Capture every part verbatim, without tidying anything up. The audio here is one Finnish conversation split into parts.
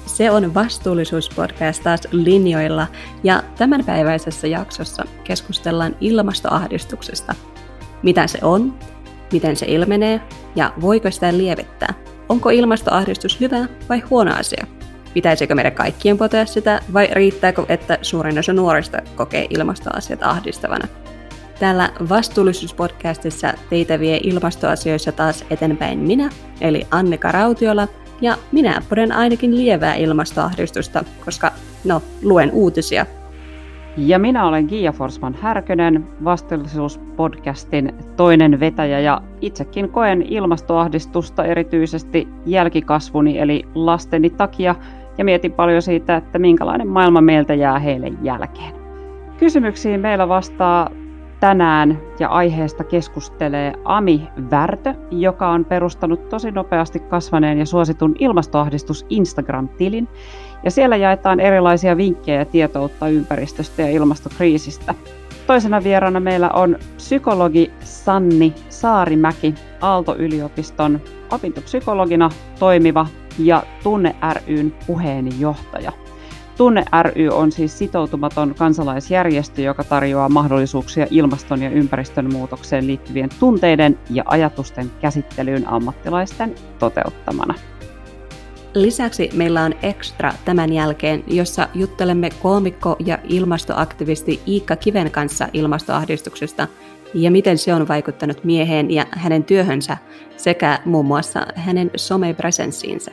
Se on Vastuullisuuspodcast taas linjoilla ja tämänpäiväisessä jaksossa keskustellaan ilmastoahdistuksesta. Mitä se on, miten se ilmenee ja voiko sitä lievittää? Onko ilmastoahdistus hyvä vai huono asia? Pitäisikö meidän kaikkien potea sitä vai riittääkö, että suurin osa nuorista kokee ilmastoasiat ahdistavana? Täällä Vastuullisuuspodcastissa teitä vie ilmastoasioissa taas eteenpäin minä, eli Annika Rautiola, ja minä poden ainakin lievää ilmastoahdistusta, koska, no, luen uutisia. Ja minä olen Gia Forsman-Härkönen, Vastuullisuuspodcastin toinen vetäjä, ja itsekin koen ilmastoahdistusta erityisesti jälkikasvuni eli lasteni takia, ja mietin paljon siitä, että minkälainen maailma meiltä jää heille jälkeen. Kysymyksiin meillä vastaa tänään ja aiheesta keskustelee Ami Värtö, joka on perustanut tosi nopeasti kasvaneen ja suositun ilmastoahdistus Instagram-tilin. Ja siellä jaetaan erilaisia vinkkejä ja tietoutta ympäristöstä ja ilmastokriisistä. Toisena vieraana meillä on psykologi Sanni Saarimäki, Aalto-yliopiston opintopsykologina toimiva ja Tunne ry:n puheenjohtaja. Tunne ry on siis sitoutumaton kansalaisjärjestö, joka tarjoaa mahdollisuuksia ilmaston ja ympäristön muutokseen liittyvien tunteiden ja ajatusten käsittelyyn ammattilaisten toteuttamana. Lisäksi meillä on Extra tämän jälkeen, jossa juttelemme koomikko ja ilmastoaktivisti Iikka Kiven kanssa ilmastoahdistuksesta ja miten se on vaikuttanut mieheen ja hänen työhönsä sekä muun muassa hänen somepresenssiinsä.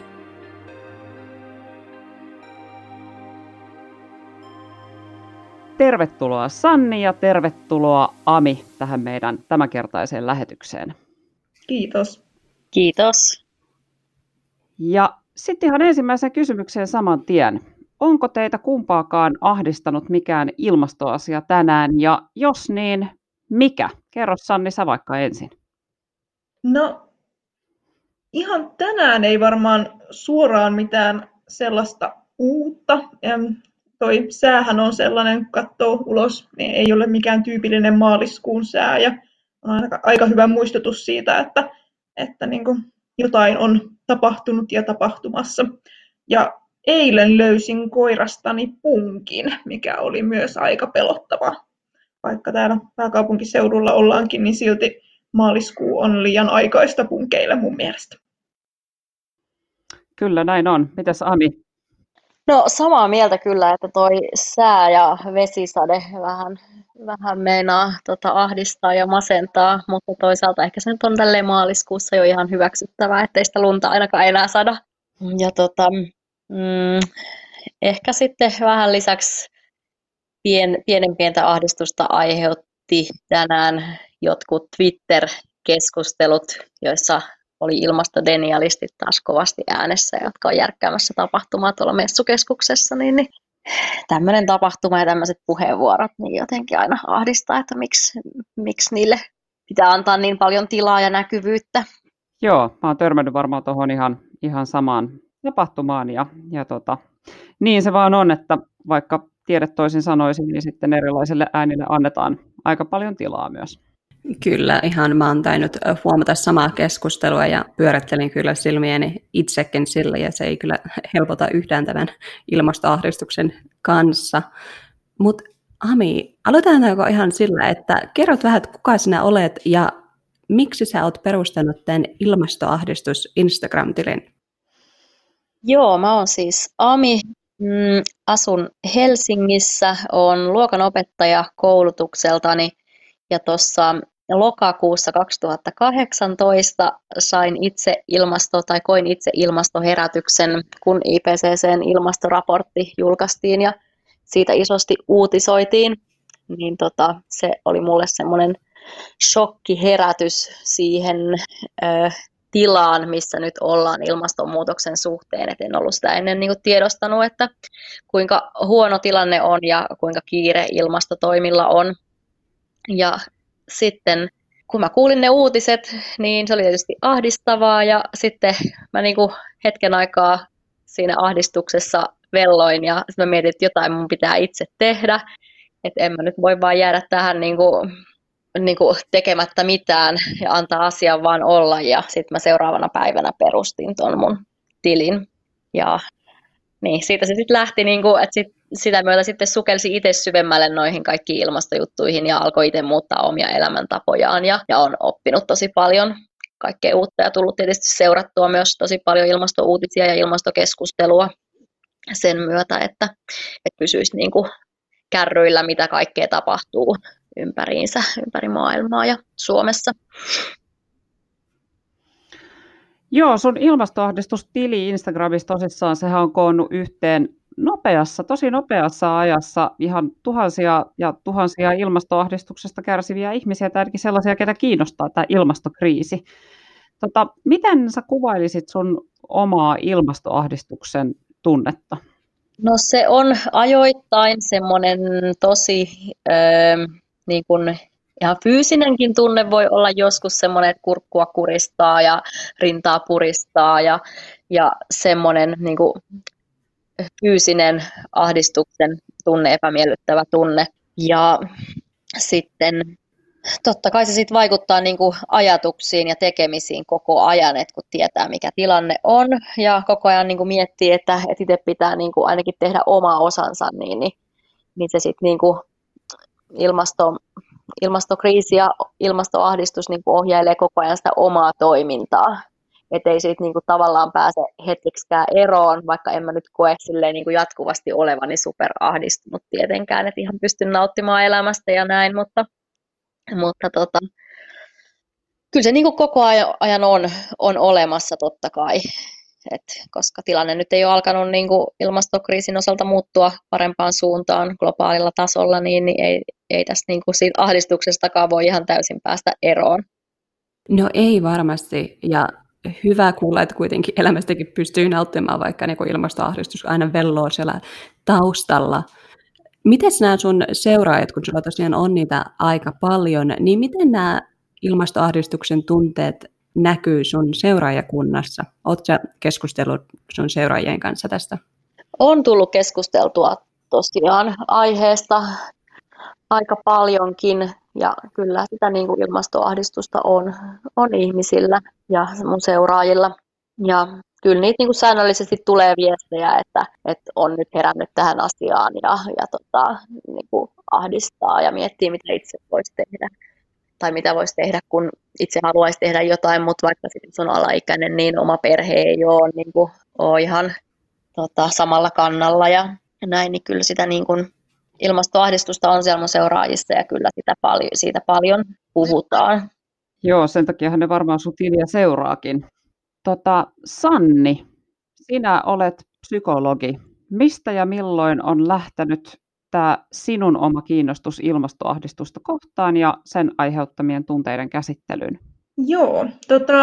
Tervetuloa Sanni ja tervetuloa Ami tähän meidän tämänkertaiseen lähetykseen. Kiitos. Kiitos. Ja sitten ihan ensimmäiseen kysymykseen saman tien. Onko teitä kumpaakaan ahdistanut mikään ilmastoasia tänään ja jos niin, mikä? Kerro Sanni sä vaikka ensin. No ihan tänään ei varmaan suoraan mitään sellaista uutta. Toi säähän on sellainen, kun katsoo ulos, niin ei ole mikään tyypillinen maaliskuun sää ja on aika, aika hyvä muistutus siitä, että, että niin kuin jotain on tapahtunut ja tapahtumassa. Ja eilen löysin koirastani punkin, mikä oli myös aika pelottava. Vaikka täällä pääkaupunkiseudulla ollaankin, niin silti maaliskuu on liian aikaista punkeille mun mielestä. Kyllä näin on. Mitäs Ami? No samaa mieltä kyllä, että toi sää ja vesisade vähän, vähän meinaa tota, ahdistaa ja masentaa, mutta toisaalta ehkä se nyt on tälleen maaliskuussa jo ihan hyväksyttävää, ettei sitä lunta ainakaan enää sada. Ja tota, mm, ehkä sitten vähän lisäksi pien, pienen pientä ahdistusta aiheutti tänään jotkut Twitter-keskustelut, joissa oli ilmastodenialistit taas kovasti äänessä, jotka on järkkäämässä tapahtumaa tuolla messukeskuksessa, niin, niin tämmöinen tapahtuma ja tämmöiset puheenvuorot niin jotenkin aina ahdistaa, että miksi, miksi niille pitää antaa niin paljon tilaa ja näkyvyyttä. Joo, mä oon törmännyt varmaan tuohon ihan, ihan samaan tapahtumaan ja, ja tota, niin se vaan on, että vaikka tiedät toisin sanoisin, niin sitten erilaisille äänille annetaan aika paljon tilaa myös. Kyllä, ihan mä oon tainnut huomata samaa keskustelua ja pyörittelin kyllä silmiäni itsekin sillä ja se ei kyllä helpota yhtään tämän ilmastoahdistuksen kanssa. Mutta Ami, aloitetaanko ihan sillä, että kerrot vähän, että kuka sinä olet ja miksi sä oot perustanut tämän ilmastoahdistus Instagram-tilin? Joo, mä oon siis Ami, mm, asun Helsingissä, oon luokanopettaja koulutukseltani ja tuossa lokakuussa kaksituhattakahdeksantoista sain itse ilmasto tai koin itse ilmastoherätyksen, kun I P C C:n ilmastoraportti julkaistiin ja siitä isosti uutisoitiin, niin tota, se oli mulle semmoinen shokkiherätys siihen ö, tilaan, missä nyt ollaan ilmastonmuutoksen suhteen. Et en ollut sitä ennen niin kuin tiedostanut, että kuinka huono tilanne on ja kuinka kiire ilmastotoimilla on. Ja sitten kun mä kuulin ne uutiset, niin se oli tietysti ahdistavaa ja sitten mä niin kuin hetken aikaa siinä ahdistuksessa velloin ja sitten mä mietin, että jotain mun pitää itse tehdä, että en mä nyt voi vaan jäädä tähän niin kuin, niin kuin tekemättä mitään ja antaa asian vaan olla ja sitten mä seuraavana päivänä perustin ton mun tilin ja niin, siitä se sitten lähti, niin kuin, että sit, sitä myötä sitten sukelsi itse syvemmälle noihin kaikkiin ilmastojuttuihin ja alkoi itse muuttaa omia elämäntapojaan ja, ja on oppinut tosi paljon kaikkea uutta ja tullut tietysti seurattua myös tosi paljon ilmastouutisia ja ilmastokeskustelua sen myötä, että, että pysyisi niin kuin kärryillä, mitä kaikkea tapahtuu ympäriinsä, ympäri maailmaa ja Suomessa. Joo, sun ilmastoahdistustili Instagramissa tosissaan, sehän on koonnut yhteen nopeassa, tosi nopeassa ajassa ihan tuhansia ja tuhansia ilmastoahdistuksesta kärsiviä ihmisiä, tai ainakin sellaisia, ketä kiinnostaa tämä ilmastokriisi. Tota, miten sä kuvailisit sun omaa ilmastoahdistuksen tunnetta? No se on ajoittain semmoinen tosi öö, niin kuin ihan fyysinenkin tunne voi olla joskus semmoinen, että kurkkua kuristaa ja rintaa puristaa ja, ja semmoinen niin kuin fyysinen ahdistuksen tunne, epämiellyttävä tunne. Ja sitten totta kai se sitten vaikuttaa niin kuin ajatuksiin ja tekemisiin koko ajan, että kun tietää mikä tilanne on ja koko ajan niin kuin miettii, että, että itse pitää niin kuin ainakin tehdä oma osansa, niin, niin, niin se sitten niin kuin ilmasto, ilmastokriisi ja ilmastoahdistus niin kuin ohjailee koko ajan sitä omaa toimintaa. Että ei siitä niin kuin tavallaan pääse hetkeksikään eroon, vaikka en mä nyt koe silleen niin kuin jatkuvasti olevani superahdistunut tietenkään, että ihan pystyn nauttimaan elämästä ja näin, mutta Mutta tota, kyllä se niin kuin koko ajan on, on olemassa totta kai, et koska tilanne nyt ei ole alkanut niin kuin ilmastokriisin osalta muuttua parempaan suuntaan globaalilla tasolla, niin, niin ei, ei tässä niin kuin siitä ahdistuksestakaan voi ihan täysin päästä eroon. No ei varmasti, ja hyvä kuulla, että kuitenkin elämästäkin pystyy nauttimaan, vaikka niin kuin ilmastoahdistus aina velloo siellä taustalla. Miten nämä sun seuraajat, kun sulla tosiaan on niitä aika paljon, niin miten nämä ilmastoahdistuksen tunteet näkyy sun seuraajakunnassa? Oletko sä keskustellut sun seuraajien kanssa tästä? On tullut keskusteltua tosiaan aiheesta aika paljonkin ja kyllä sitä niin kuin ilmastoahdistusta on, on ihmisillä ja mun seuraajilla. Ja kyllä niitä niin kuin säännöllisesti tulee viestejä, että, että on nyt herännyt tähän asiaan ja, ja tota, niin kuin ahdistaa ja miettii, mitä itse voisi tehdä. Tai mitä voisi tehdä, kun itse haluaisi tehdä jotain, mutta vaikka se on alaikäinen, niin oma perhe ei ole, niin kuin, ole ihan tota, samalla kannalla ja näin, niin kyllä sitä niin kuin ilmastoahdistusta on siellä mun seuraajissa ja kyllä sitä paljon, siitä paljon puhutaan. Joo, sen takiahan ne varmaan sun tiliä seuraakin. Tota, Sanni, sinä olet psykologi. Mistä ja milloin on lähtenyt tämä sinun oma kiinnostus ilmastoahdistusta kohtaan ja sen aiheuttamien tunteiden käsittelyyn? Joo, tota,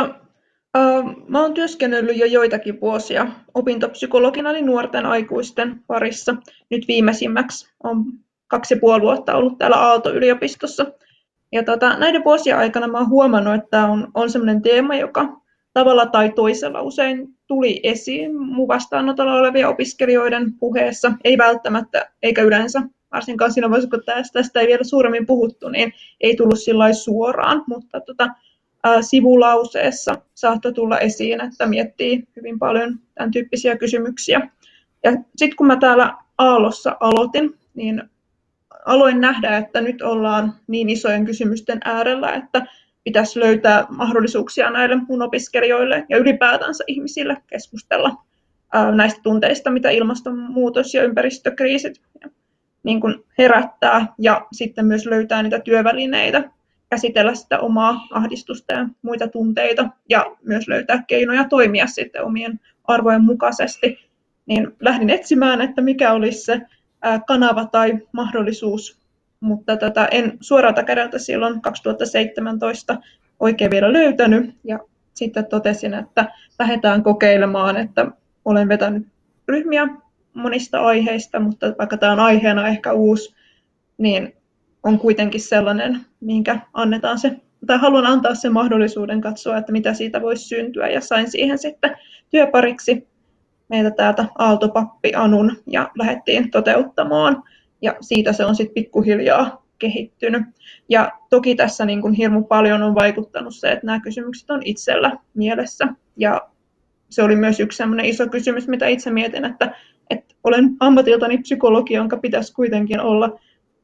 äh, mä oon työskennellyt jo joitakin vuosia opintopsykologina eli nuorten aikuisten parissa. Nyt viimeisimmäksi on kaksi ja puoli vuotta ollut täällä Aalto-yliopistossa. Ja tota, näiden vuosien aikana mä oon huomannut, että tämä on, on sellainen teema, joka tavalla tai toisella usein tuli esiin mun vastaanotolla olevien opiskelijoiden puheessa. Ei välttämättä, eikä yleensä, varsinkaan siinä vaiheessa, kun tästä, tästä ei vielä suuremmin puhuttu, niin ei tullut sillä suoraan, mutta tota, ää, sivulauseessa saattoi tulla esiin, että miettii hyvin paljon tämän tyyppisiä kysymyksiä. Ja sitten kun mä täällä Aallossa aloitin, niin aloin nähdä, että nyt ollaan niin isojen kysymysten äärellä, että pitäisi löytää mahdollisuuksia näille mun opiskelijoille ja ylipäätänsä ihmisille keskustella ää, näistä tunteista, mitä ilmastonmuutos ja ympäristökriisit niin kuin herättää, ja sitten myös löytää niitä työvälineitä, käsitellä sitä omaa ahdistusta ja muita tunteita, ja myös löytää keinoja toimia sitten omien arvojen mukaisesti. Niin lähdin etsimään, että mikä olisi se ää, kanava tai mahdollisuus, mutta tätä en suoralta kädeltä silloin kaksituhattaseitsemäntoista oikein vielä löytänyt. Ja sitten totesin, että lähdetään kokeilemaan, että olen vetänyt ryhmiä monista aiheista, mutta vaikka tämä on aiheena ehkä uusi, niin on kuitenkin sellainen, minkä annetaan se, tai haluan antaa sen mahdollisuuden katsoa, että mitä siitä voisi syntyä. Ja sain siihen sitten työpariksi meitä täältä Aalto-pappi Anun ja lähdettiin toteuttamaan. Ja siitä se on sitten pikkuhiljaa kehittynyt. Ja toki tässä niin kun hirmu paljon on vaikuttanut se, että nämä kysymykset on itsellä mielessä. Ja se oli myös yksi sellainen iso kysymys, mitä itse mietin, että että olen ammatiltani psykologi, jonka pitäisi kuitenkin olla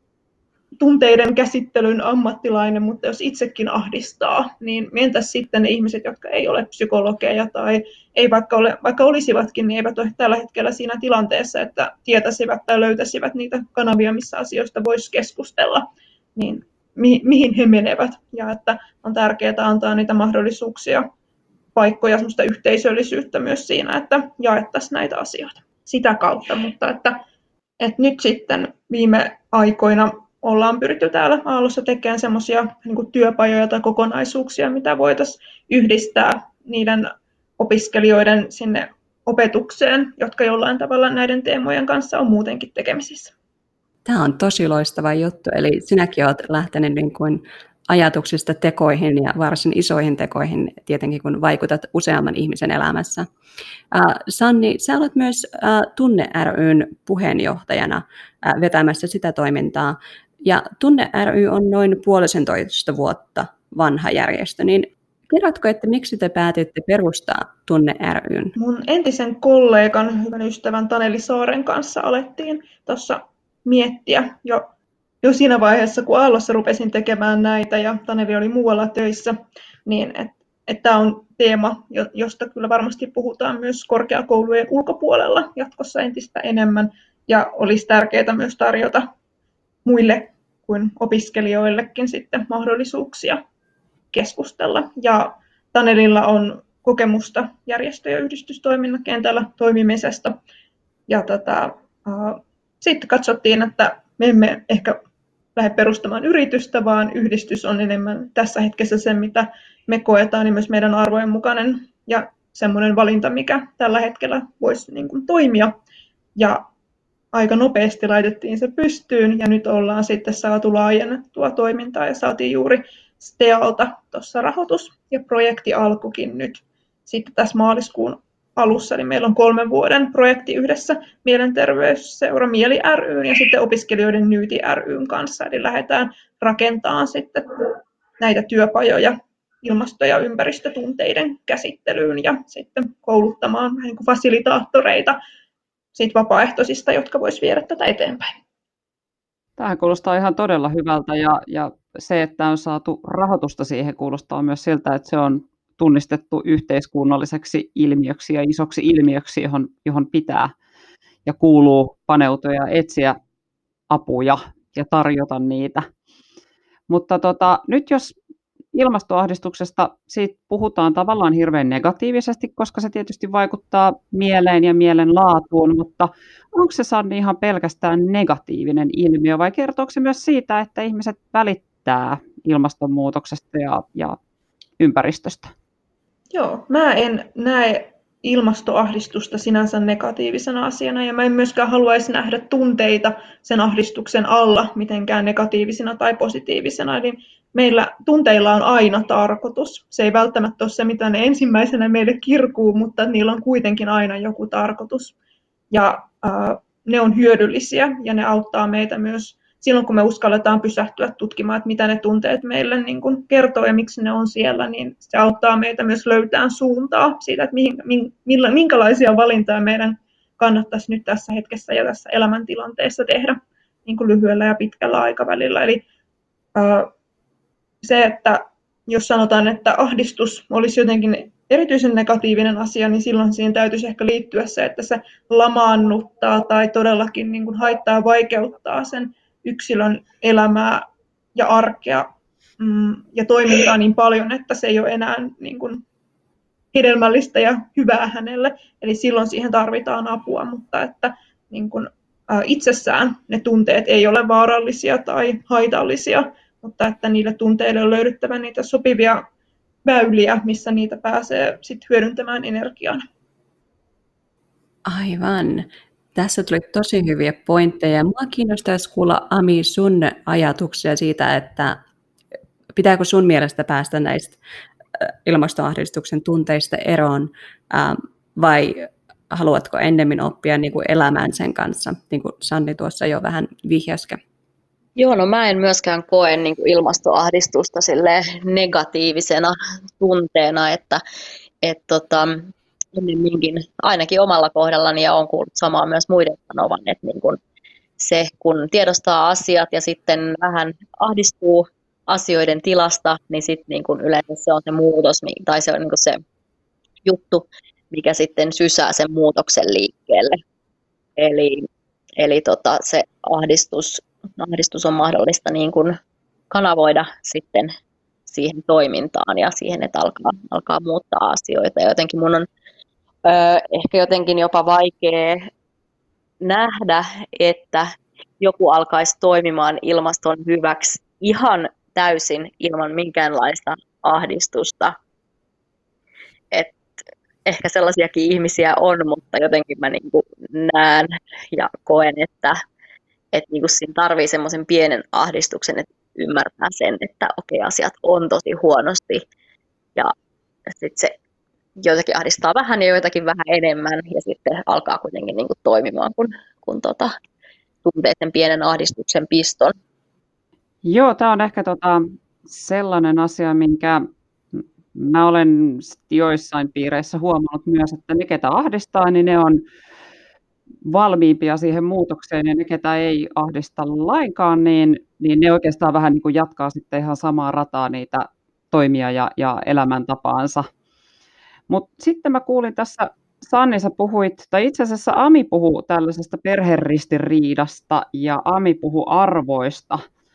tunteiden käsittelyn ammattilainen, mutta jos itsekin ahdistaa, niin entäs sitten ne ihmiset, jotka ei ole psykologeja tai ei vaikka, ole, vaikka olisivatkin, niin eivät ole tällä hetkellä siinä tilanteessa, että tietäisivät tai löytäisivät niitä kanavia, missä asioista voisi keskustella, niin mi- mihin he menevät. Ja että on tärkeää antaa niitä mahdollisuuksia, paikkoja, semmoista yhteisöllisyyttä myös siinä, että jaettaisiin näitä asioita sitä kautta. Mutta että, että nyt sitten viime aikoina ollaan pyritty täällä Aallossa tekemään semmoisia niin kuin työpajoja tai kokonaisuuksia, mitä voitaisiin yhdistää niiden opiskelijoiden sinne opetukseen, jotka jollain tavalla näiden teemojen kanssa on muutenkin tekemisissä. Tämä on tosi loistava juttu. Eli sinäkin olet lähtenyt niin kuin ajatuksista tekoihin ja varsin isoihin tekoihin tietenkin, kun vaikutat useamman ihmisen elämässä. Äh, Sanni, sä olet myös äh, Tunne ry:n puheenjohtajana äh, vetämässä sitä toimintaa. Ja Tunne ry on noin puolisentoista vuotta vanha järjestö, niin kerrotko, että miksi te päätitte perustaa Tunne ry:n? Mun entisen kollegan, hyvän ystävän Taneli Saaren kanssa alettiin tuossa miettiä jo, jo siinä vaiheessa, kun Aallossa rupesin tekemään näitä ja Taneli oli muualla töissä, niin että et tämä on teema, josta kyllä varmasti puhutaan myös korkeakoulujen ulkopuolella jatkossa entistä enemmän ja olisi tärkeää myös tarjota muille kuin opiskelijoillekin sitten mahdollisuuksia keskustella. Ja Tanelilla on kokemusta järjestö- ja yhdistystoiminnan kentällä toimimisesta. Ja tota, äh, sitten katsottiin, että me emme ehkä lähde perustamaan yritystä, vaan yhdistys on enemmän tässä hetkessä se, mitä me koetaan, niin myös meidän arvojen mukainen ja semmoinen valinta, mikä tällä hetkellä voisi niin kuin toimia. Ja aika nopeasti laitettiin se pystyyn ja nyt ollaan sitten saatu laajennettua toimintaa ja saatiin juuri Stealta tuossa rahoitus ja projekti alkukin nyt sitten tässä maaliskuun alussa. Eli meillä on kolmen vuoden projekti yhdessä Mielenterveysseura Mieli ry:n ja sitten opiskelijoiden Nyyti ry:n kanssa. Eli lähdetään rakentamaan sitten näitä työpajoja ilmasto- ja ympäristötunteiden käsittelyyn ja sitten kouluttamaan niin kuin fasilitaattoreita siitä vapaaehtoisista, jotka vois viedä tätä eteenpäin. Tämähän kuulostaa ihan todella hyvältä ja, ja se, että on saatu rahoitusta siihen, kuulostaa myös siltä, että se on tunnistettu yhteiskunnalliseksi ilmiöksi ja isoksi ilmiöksi, johon, johon pitää ja kuuluu paneutua ja etsiä apuja ja tarjota niitä. Mutta tota, nyt jos ilmastoahdistuksesta siitä puhutaan tavallaan hirveän negatiivisesti, koska se tietysti vaikuttaa mieleen ja mielen laatuun, mutta onko se, Sanni, ihan pelkästään negatiivinen ilmiö vai kertooko se myös siitä, että ihmiset välittää ilmastonmuutoksesta ja, ja ympäristöstä? Joo, mä en näe ilmastoahdistusta sinänsä negatiivisena asiana ja mä en myöskään haluaisi nähdä tunteita sen ahdistuksen alla mitenkään negatiivisena tai positiivisena. Eli meillä tunteilla on aina tarkoitus. Se ei välttämättä ole se, mitä ne ensimmäisenä meille kirkuu, mutta niillä on kuitenkin aina joku tarkoitus. Ja äh, ne on hyödyllisiä ja ne auttaa meitä myös silloin, kun me uskalletaan pysähtyä tutkimaan, että mitä ne tunteet meille niin kun kertoo ja miksi ne on siellä, niin se auttaa meitä myös löytämään suuntaa siitä, että mihin, millä, minkälaisia valintoja meidän kannattaisi nyt tässä hetkessä ja tässä elämäntilanteessa tehdä niin kuin lyhyellä ja pitkällä aikavälillä. Eli äh, se, että jos sanotaan, että ahdistus olisi jotenkin erityisen negatiivinen asia, niin silloin siihen täytyisi ehkä liittyä se, että se lamaannuttaa tai todellakin niin kuin haittaa, vaikeuttaa sen yksilön elämää ja arkea mm, ja toimintaa niin paljon, että se ei ole enää niin kuin hedelmällistä ja hyvää hänelle. Eli silloin siihen tarvitaan apua, mutta että niin kuin, ä, itsessään ne tunteet ei ole vaarallisia tai haitallisia, mutta että niille tunteille on löydettävä niitä sopivia väyliä, missä niitä pääsee sit hyödyntämään energiana. Aivan. Tässä tuli tosi hyviä pointteja. Mua kiinnostaisi kuulla, Ami, sun ajatuksia siitä, että pitääkö sun mielestä päästä näistä ilmastoahdistuksen tunteista eroon, vai haluatko ennemmin oppia niin kuin elämään sen kanssa, niin kuin Sanni tuossa jo vähän vihjaski? Joo, no mä en myöskään koe niin kuin ilmastoahdistusta negatiivisena tunteena, että et, tota, ennemminkin, ainakin omalla kohdallani ja olen kuullut samaa myös muiden sanovan, että niin kun se, kun tiedostaa asiat ja sitten vähän ahdistuu asioiden tilasta, niin sitten niin kun yleensä se on se muutos tai se on niin kun se juttu, mikä sitten sysää sen muutoksen liikkeelle. Eli, eli tota, se ahdistus, ahdistus on mahdollista niin kun kanavoida sitten siihen toimintaan ja siihen, että alkaa, alkaa muuttaa asioita. Ja jotenkin mun on ö, ehkä jotenkin jopa vaikea nähdä, että joku alkaisi toimimaan ilmaston hyväksi ihan täysin ilman minkäänlaista ahdistusta. Et ehkä sellaisiakin ihmisiä on, mutta jotenkin mä niinku näen ja koen, että et niinku siinä tarvii semmoisen pienen ahdistuksen, että ymmärtää sen, että okei, asiat on tosi huonosti ja sitten se joitakin ahdistaa vähän ja joitakin vähän enemmän ja sitten alkaa kuitenkin niinku toimimaan, kun, kun tota, tuntee sen pienen ahdistuksen piston. Joo, tämä on ehkä tota sellainen asia, minkä mä olen joissain piireissä huomannut myös, että ne, ketä ahdistaa, niin ne on valmiimpia siihen muutokseen ja ne, ketä ei ahdista lainkaan, niin, niin ne oikeastaan vähän niin kuin jatkaa sitten ihan samaa rataa niitä toimia ja, ja elämäntapaansa. Mutta sitten mä kuulin tässä, Sanni, sä puhuit, tai itse asiassa Ami puhui tällaisesta perheristiriidasta ja Ami puhui arvoista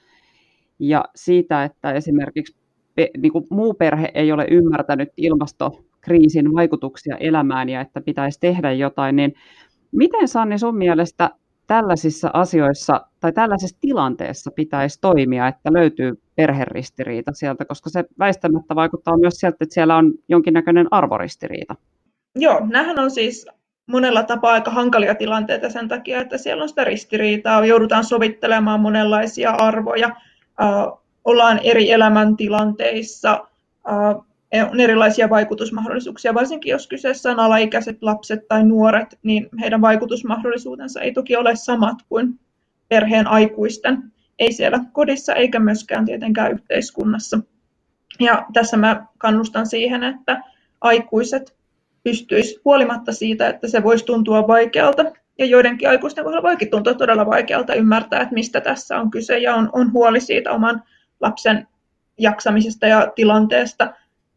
ja siitä, että esimerkiksi pe, niin kuin muu perhe ei ole ymmärtänyt ilmastokriisin vaikutuksia elämään ja että pitäisi tehdä jotain, niin miten, Sanni, sun mielestä tällaisissa asioissa tai tällaisessa tilanteessa pitäisi toimia, että löytyy perheristiriita sieltä, koska se väistämättä vaikuttaa myös sieltä, että siellä on jonkinnäköinen arvoristiriita? Joo, nämähän on siis monella tapaa aika hankalia tilanteita sen takia, että siellä on sitä ristiriitaa, joudutaan sovittelemaan monenlaisia arvoja, äh, ollaan eri elämäntilanteissa, äh, on erilaisia vaikutusmahdollisuuksia, varsinkin jos kyseessä on alaikäiset lapset tai nuoret, niin heidän vaikutusmahdollisuutensa ei toki ole samat kuin perheen aikuisten, ei siellä kodissa eikä myöskään tietenkään yhteiskunnassa. Ja tässä mä kannustan siihen, että aikuiset pystyisivät huolimatta siitä, että se voisi tuntua vaikealta, ja joidenkin aikuisten kohdalla voikin tuntua todella vaikealta ymmärtää, että mistä tässä on kyse, ja on, on huoli siitä oman lapsen jaksamisesta ja tilanteesta,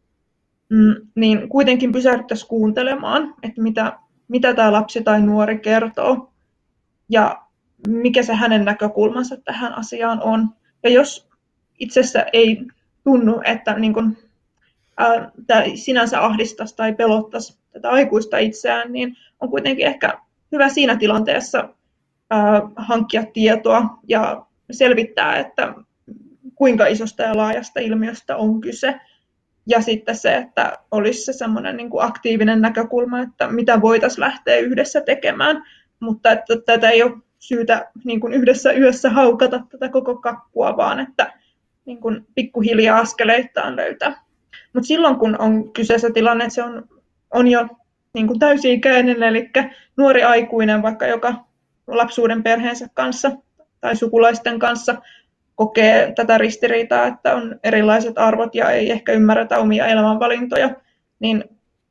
niin kuitenkin pysähdyttäisiin kuuntelemaan, että mitä, mitä tämä lapsi tai nuori kertoo ja mikä se hänen näkökulmansa tähän asiaan on. Ja jos itsessä ei tunnu, että niin kun, ää, tämä sinänsä ahdistaisi tai pelottaisi tätä aikuista itseään, niin on kuitenkin ehkä hyvä siinä tilanteessa ää, hankkia tietoa ja selvittää, että kuinka isosta ja laajasta ilmiöstä on kyse. Ja sitten se, että olisi se semmoinen niin kuin aktiivinen näkökulma, että mitä voitaisiin lähteä yhdessä tekemään, mutta että tätä ei ole syytä niin kuin yhdessä yössä haukata tätä koko kakkua, vaan että niin kuin pikkuhiljaa askeleittain löytää. Mutta silloin, kun on kyseessä tilanne, että se on, on jo niin kuin täysi-ikäinen, eli nuori aikuinen, vaikka joka lapsuuden perheensä kanssa tai sukulaisten kanssa, kokee tätä ristiriitaa, että on erilaiset arvot ja ei ehkä ymmärretä omia elämänvalintoja, niin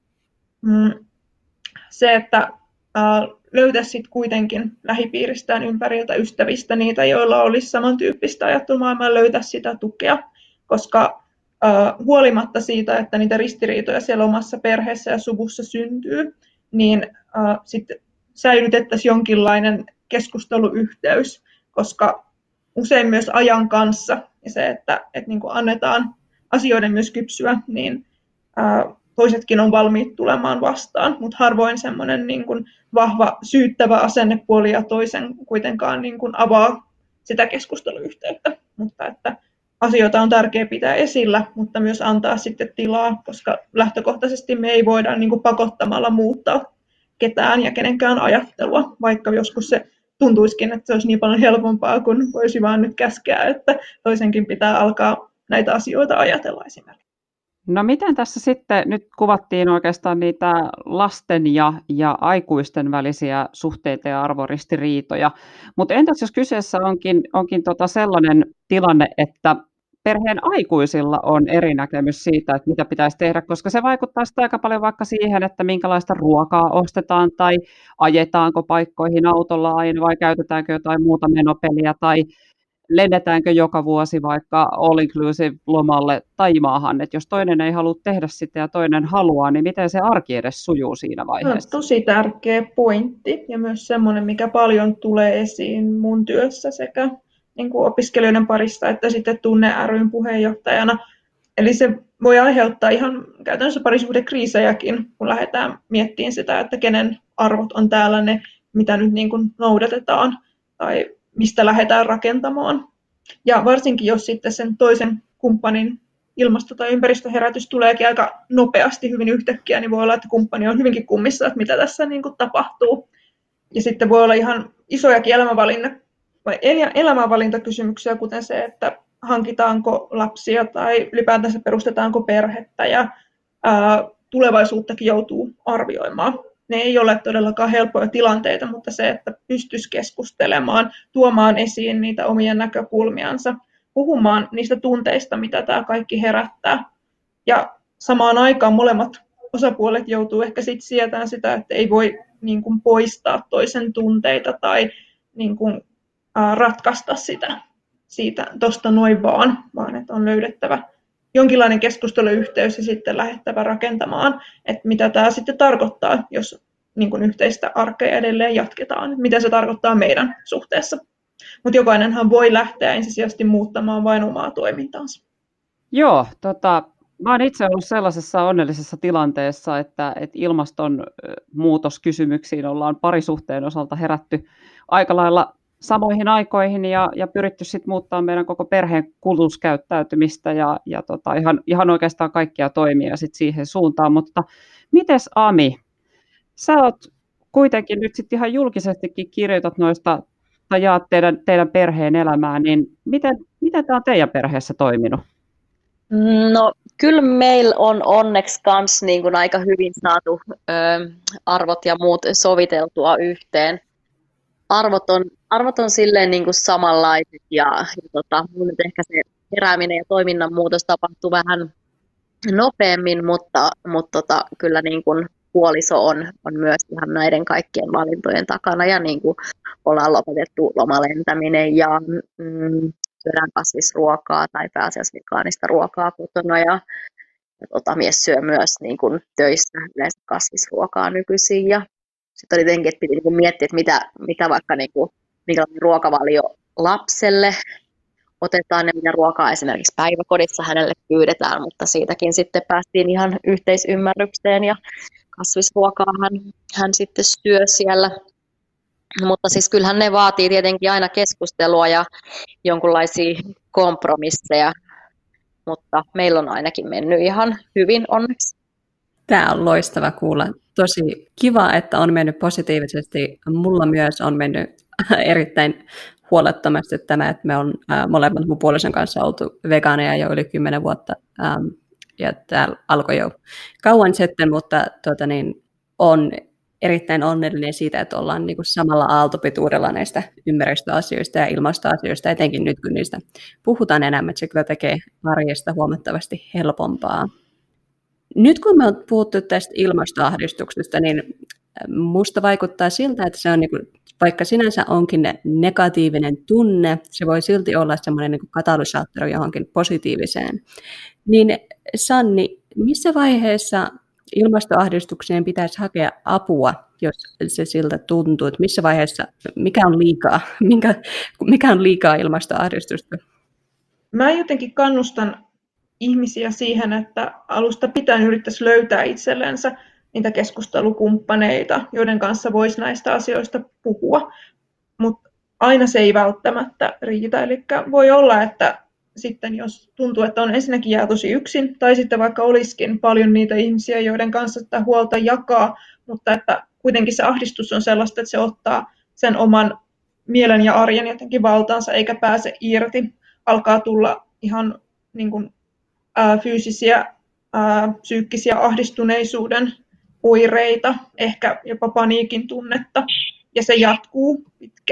mm, se, että ää, löytäisi sit kuitenkin lähipiiristään ympäriltä ystävistä niitä, joilla olisi samantyyppistä ajattelumaailmaa, löytäisi sitä tukea, koska ää, huolimatta siitä, että niitä ristiriitoja siellä omassa perheessä ja suvussa syntyy, niin ää, sitten säilytettäisiin jonkinlainen keskusteluyhteys, koska usein myös ajan kanssa ja se, että, että niin kuin annetaan asioiden myös kypsyä, niin ää, toisetkin on valmiit tulemaan vastaan, mutta harvoin semmoinen niin kuin vahva syyttävä asennepuoli ja toisen kuitenkaan niin kuin avaa sitä keskusteluyhteyttä, mutta että asioita on tärkeää pitää esillä, mutta myös antaa sitten tilaa, koska lähtökohtaisesti me ei voida niin kuin pakottamalla muuttaa ketään ja kenenkään ajattelua, vaikka joskus se tuntuisikin, että se olisi niin paljon helpompaa, kun voisi vaan nyt käskeä, että toisenkin pitää alkaa näitä asioita ajatella esimerkiksi. No miten tässä sitten, nyt kuvattiin oikeastaan niitä lasten ja, ja aikuisten välisiä suhteita ja arvoristiriitoja, mutta entäs jos kyseessä onkin, onkin tota sellainen tilanne, että perheen aikuisilla on eri näkemys siitä, että mitä pitäisi tehdä, koska se vaikuttaa sitten aika paljon vaikka siihen, että minkälaista ruokaa ostetaan tai ajetaanko paikkoihin autolla aina vai käytetäänkö jotain muuta menopeliä tai lennetäänkö joka vuosi vaikka all inclusive lomalle Taimaahan, että jos toinen ei halua tehdä sitä ja toinen haluaa, niin miten se arki edes sujuu siinä vaiheessa? No, tosi tärkeä pointti ja myös semmoinen, mikä paljon tulee esiin mun työssä sekä niin kuin opiskelijoiden parissa että sitten Tunne ry:n puheenjohtajana. Eli se voi aiheuttaa ihan käytännössä parisuhdekriisejäkin, kun lähdetään miettimään sitä, että kenen arvot on täällä ne, mitä nyt niin kuin noudatetaan tai mistä lähdetään rakentamaan. Ja varsinkin, jos sitten sen toisen kumppanin ilmasto- tai ympäristöherätys tuleekin aika nopeasti, hyvin yhtäkkiä, niin voi olla, että kumppani on hyvinkin kummissa, että mitä tässä niin kuin tapahtuu. Ja sitten voi olla ihan isojakin elämänvalinta, vai elämänvalintakysymyksiä, kuten se, että hankitaanko lapsia tai ylipäätänsä perustetaanko perhettä ja ää, tulevaisuuttakin joutuu arvioimaan. Ne ei ole todellakaan helppoja tilanteita, mutta se, että pystyisi keskustelemaan, tuomaan esiin niitä omia näkökulmiansa, puhumaan niistä tunteista, mitä tämä kaikki herättää. Ja samaan aikaan molemmat osapuolet joutuu ehkä sit sietämään sitä, että ei voi niin kuin poistaa toisen tunteita tai niin kuin, ää, ratkaista sitä siitä tuosta noin vaan, vaan että on löydettävä jonkinlainen keskusteluyhteys ja sitten lähdettävä rakentamaan, että mitä tämä sitten tarkoittaa, jos niin kuin yhteistä arkea edelleen jatketaan, mitä se tarkoittaa meidän suhteessa. Mutta jokainenhan voi lähteä ensisijaisesti muuttamaan vain omaa toimintaansa. Joo, tota, mä oon itse ollut sellaisessa onnellisessa tilanteessa, että, että ilmastonmuutoskysymyksiin ollaan parisuhteen osalta herätty aika lailla samoihin aikoihin ja, ja pyritty sitten muuttaa meidän koko perheen kulutuskäyttäytymistä ja, ja tota, ihan, ihan oikeastaan kaikkia toimia sit siihen suuntaan. Mutta mites Ami, sä oot kuitenkin nyt sitten ihan julkisestikin kirjoitat noista tai jaat teidän, teidän perheen elämää, niin miten, miten tämä on teidän perheessä toiminut? No kyllä meillä on onneksi kans niin kuin aika hyvin saatu ö, arvot ja muut soviteltua yhteen. Arvot on, arvot on silleen niin kuin samanlaiset ja, ja tota, mun nyt ehkä se herääminen ja toiminnan muutos tapahtuu vähän nopeammin, mutta, mutta tota, kyllä niin kuin puoliso on, on myös ihan näiden kaikkien valintojen takana ja niin kuin ollaan lopetettu lomalentäminen ja mm, syödään kasvisruokaa tai pääasiassa vegaanista ruokaa kotona ja, ja tota, mies syö myös niin kuin töissä yleensä kasvisruokaa nykyisin ja sitten oli jotenkin, että piti niin kuin miettiä, että mitä, mitä vaikka niin kuin, minkälainen ruokavalio lapselle otetaan ja mitä ruokaa esimerkiksi päiväkodissa hänelle pyydetään, mutta siitäkin sitten päästiin ihan yhteisymmärrykseen ja kasvisruokaa hän, hän sitten syö siellä. Mutta siis kyllähän ne vaatii tietenkin aina keskustelua ja jonkinlaisia kompromisseja, mutta meillä on ainakin mennyt ihan hyvin onneksi. Tämä on loistava kuulla. Tosi kiva, että on mennyt positiivisesti. Mulla myös on mennyt erittäin huolettomasti tämä, että me on äh, molemmat mun puolison kanssa oltu vegaaneja jo yli kymmenen vuotta. Ähm, ja tämä alkoi jo kauan sitten, mutta tuota niin, on erittäin onnellinen siitä, että ollaan niin kuin samalla aaltopituudella näistä ympäristöasioista ja ilmastoasioista, etenkin nyt kun niistä puhutaan enemmän, että se kyllä tekee arjesta huomattavasti helpompaa. Nyt kun me on puhuttu tästä ilmastoahdistuksesta, niin musta vaikuttaa siltä, että se on, niin kuin, vaikka sinänsä onkin negatiivinen tunne, se voi silti olla semmoinen niin kuin katalysaattori johonkin positiiviseen. Niin Sanni, missä vaiheessa ilmastoahdistukseen pitäisi hakea apua, jos se siltä tuntuu, että missä vaiheessa, mikä on liikaa, mikä, mikä on liikaa ilmastoahdistusta? Mä jotenkin kannustan ihmisiä siihen, että alusta pitäen yrittäisi löytää itsellensä niitä keskustelukumppaneita, joiden kanssa voisi näistä asioista puhua, mutta aina se ei välttämättä riitä. Eli voi olla, että sitten jos tuntuu, että on ensinnäkin jää tosi yksin, tai sitten vaikka olisikin paljon niitä ihmisiä, joiden kanssa sitä huolta jakaa, mutta että kuitenkin se ahdistus on sellaista, että se ottaa sen oman mielen ja arjen jotenkin valtaansa, eikä pääse irti. Alkaa tulla ihan niin kuin, ää, fyysisiä, ää, psyykkisiä ahdistuneisuuden oireita, ehkä jopa paniikin tunnetta, ja se jatkuu pitkään.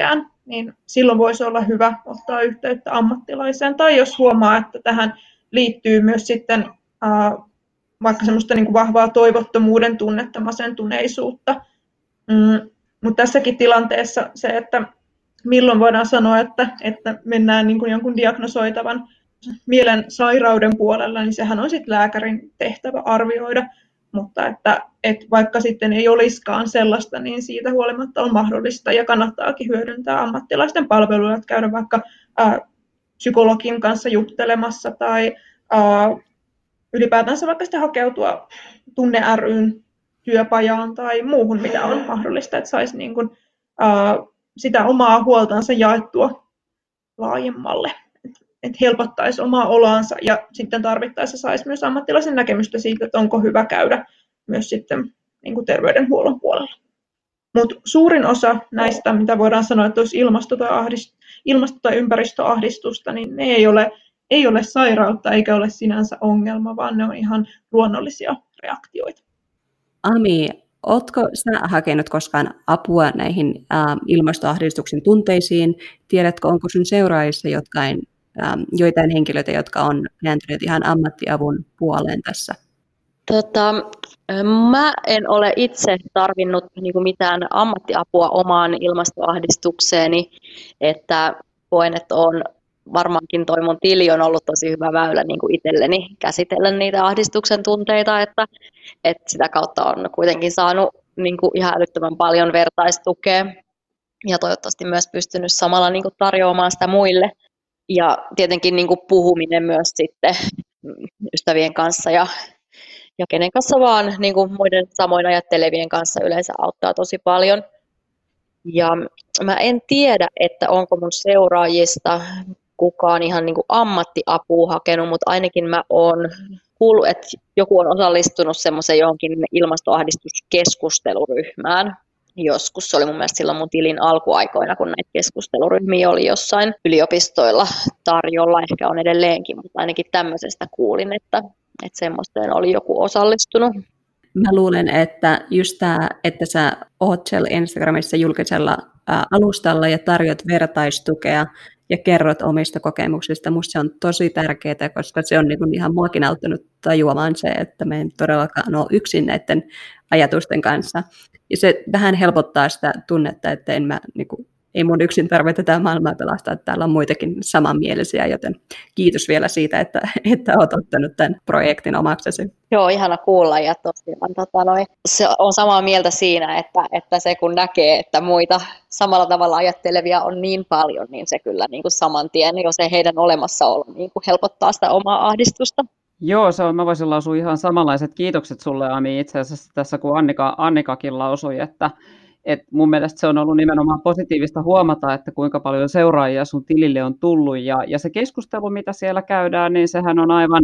niin silloin voisi olla hyvä ottaa yhteyttä ammattilaiseen. Tai jos huomaa, että tähän liittyy myös sitten ää, vaikka semmoista niin kuin vahvaa toivottomuuden tunnetta, masentuneisuutta. Mm, mutta tässäkin tilanteessa se, että milloin voidaan sanoa, että, että mennään niin kuin jonkun diagnosoitavan mielen sairauden puolella, niin sehän on sitten lääkärin tehtävä arvioida. Mutta että, että vaikka sitten ei olisikaan sellaista, niin siitä huolimatta on mahdollista ja kannattaakin hyödyntää ammattilaisten palveluja, että käydä vaikka ää, psykologin kanssa juttelemassa tai ää, ylipäätänsä vaikka sitä hakeutua Tunne ry:n työpajaan tai muuhun, mitä on mahdollista, että saisi niin kuin, ää, sitä omaa huoltansa jaettua laajemmalle. Että helpottaisi omaa oloansa ja sitten tarvittaessa saisi myös ammattilaisen näkemystä siitä, että onko hyvä käydä myös sitten niin kuin terveydenhuollon puolella. Mutta suurin osa näistä, mitä voidaan sanoa, että olisi ilmasto- tai, ahdist- ilmasto- tai ympäristöahdistusta, niin ne ei ole, ei ole sairautta eikä ole sinänsä ongelma, vaan ne on ihan luonnollisia reaktioita. Ami, oletko sä hakenut koskaan apua näihin ä, ilmastoahdistuksen tunteisiin? Tiedätkö, onko sun seuraajissa jotain joitain henkilöitä, jotka on kääntyneet ihan ammattiavun puoleen tässä? Tota, mä en ole itse tarvinnut niinku mitään ammattiapua omaan ilmastoahdistukseeni, että koen, että on varmaankin toi mun tili on ollut tosi hyvä väylä niinku itselleni käsitellä niitä ahdistuksen tunteita, että, että sitä kautta on kuitenkin saanut niinku ihan älyttömän paljon vertaistukea ja toivottavasti myös pystynyt samalla niinku tarjoamaan sitä muille. Ja tietenkin niin kuin puhuminen myös sitten ystävien kanssa ja, ja kenen kanssa vaan niin kuin muiden samoin ajattelevien kanssa yleensä auttaa tosi paljon. Ja mä en tiedä, että onko mun seuraajista kukaan ihan niin kuin ammattiapua hakenut, mutta ainakin mä oon kuullut, että joku on osallistunut semmoiseen johonkin ilmastoahdistuskeskusteluryhmään. Joskus se oli mun mielestä silloin mun tilin alkuaikoina, kun näitä keskusteluryhmiä oli jossain yliopistoilla tarjolla, ehkä on edelleenkin, mutta ainakin tämmöisestä kuulin, että, että semmoiseen oli joku osallistunut. Mä luulen, että just tämä, että sä oot siellä Instagramissa julkisella ää, alustalla ja tarjot vertaistukea ja kerrot omista kokemuksista, musta se on tosi tärkeää, koska se on niin kuin ihan muakin auttanut tajuamaan se, että me ei todellakaan ole yksin näiden ajatusten kanssa. Ja se vähän helpottaa sitä tunnetta, että en mä, niin kuin, ei mun yksin tarvitse tätä maailmaa pelastaa, että täällä on muitakin samanmielisiä, joten kiitos vielä siitä, että, että olet ottanut tämän projektin omaksesi. Joo, ihana kuulla ja tosiaan tota, noi, se on samaa mieltä siinä, että, että se kun näkee, että muita samalla tavalla ajattelevia on niin paljon, niin se kyllä niin kuin saman tien jo se heidän olemassaolo niin kuin helpottaa sitä omaa ahdistusta. Joo, se on, mä voisin lausua ihan samanlaiset kiitokset sulle, Ami, itse asiassa tässä kun Annika, Annikakin lausui, että et mun mielestä se on ollut nimenomaan positiivista huomata, että kuinka paljon seuraajia sun tilille on tullut ja, ja se keskustelu, mitä siellä käydään, niin sehän on aivan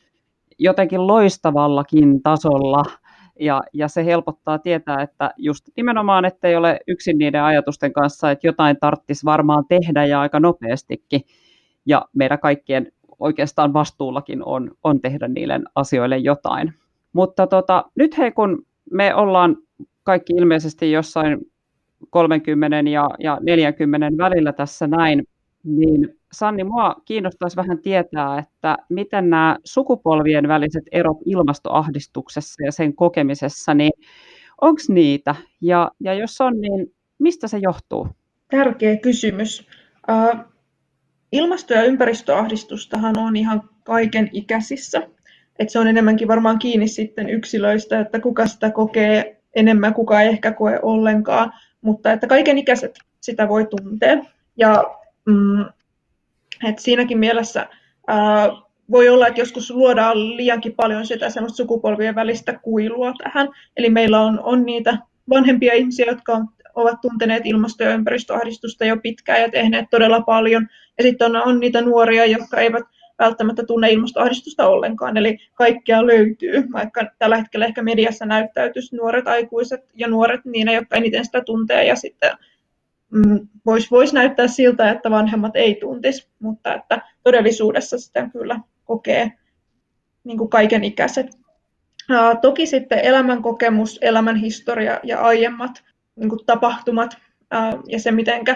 jotenkin loistavallakin tasolla ja, ja se helpottaa tietää, että just nimenomaan, että ei ole yksin niiden ajatusten kanssa, että jotain tarvitsisi varmaan tehdä ja aika nopeastikin ja meidän kaikkien oikeastaan vastuullakin on, on tehdä niille asioille jotain. Mutta tota, nyt hei, kun me ollaan kaikki ilmeisesti jossain kolmekymmentä ja, ja neljäkymmentä välillä tässä näin, niin Sanni, mua kiinnostaisi vähän tietää, että miten nämä sukupolvien väliset erot ilmastoahdistuksessa ja sen kokemisessa, niin onko niitä? Ja, ja jos on, niin mistä se johtuu? Tärkeä kysymys. Uh, ilmasto- ja ympäristöahdistustahan on ihan kaiken ikäisissä. Et se on enemmänkin varmaan kiinni sitten yksilöistä, että kuka sitä kokee enemmän, kuka ei ehkä koe ollenkaan, mutta että kaiken ikäiset sitä voi tuntea. Ja mm, et siinäkin mielessä ää, voi olla, että joskus luodaan liiankin paljon sitä semmoista sukupolvien välistä kuilua tähän. Eli meillä on, on niitä vanhempia ihmisiä, jotka on, ovat tunteneet ilmasto- ja ympäristöahdistusta jo pitkään ja tehneet todella paljon. Ja sitten on, on niitä nuoria, jotka eivät välttämättä tunne ilmastoahdistusta ollenkaan, eli kaikkea löytyy, vaikka tällä hetkellä ehkä mediassa näyttäytyisi nuoret aikuiset ja nuoret niin, jotka eniten sitä tuntee, ja sitten mm, voisi vois näyttää siltä, että vanhemmat ei tuntisi, mutta että todellisuudessa sitä kyllä kokee niin kuin kaiken ikäiset. Ää, toki sitten elämänkokemus, elämänhistoria ja aiemmat niin kuin tapahtumat ää, ja se, mitenkä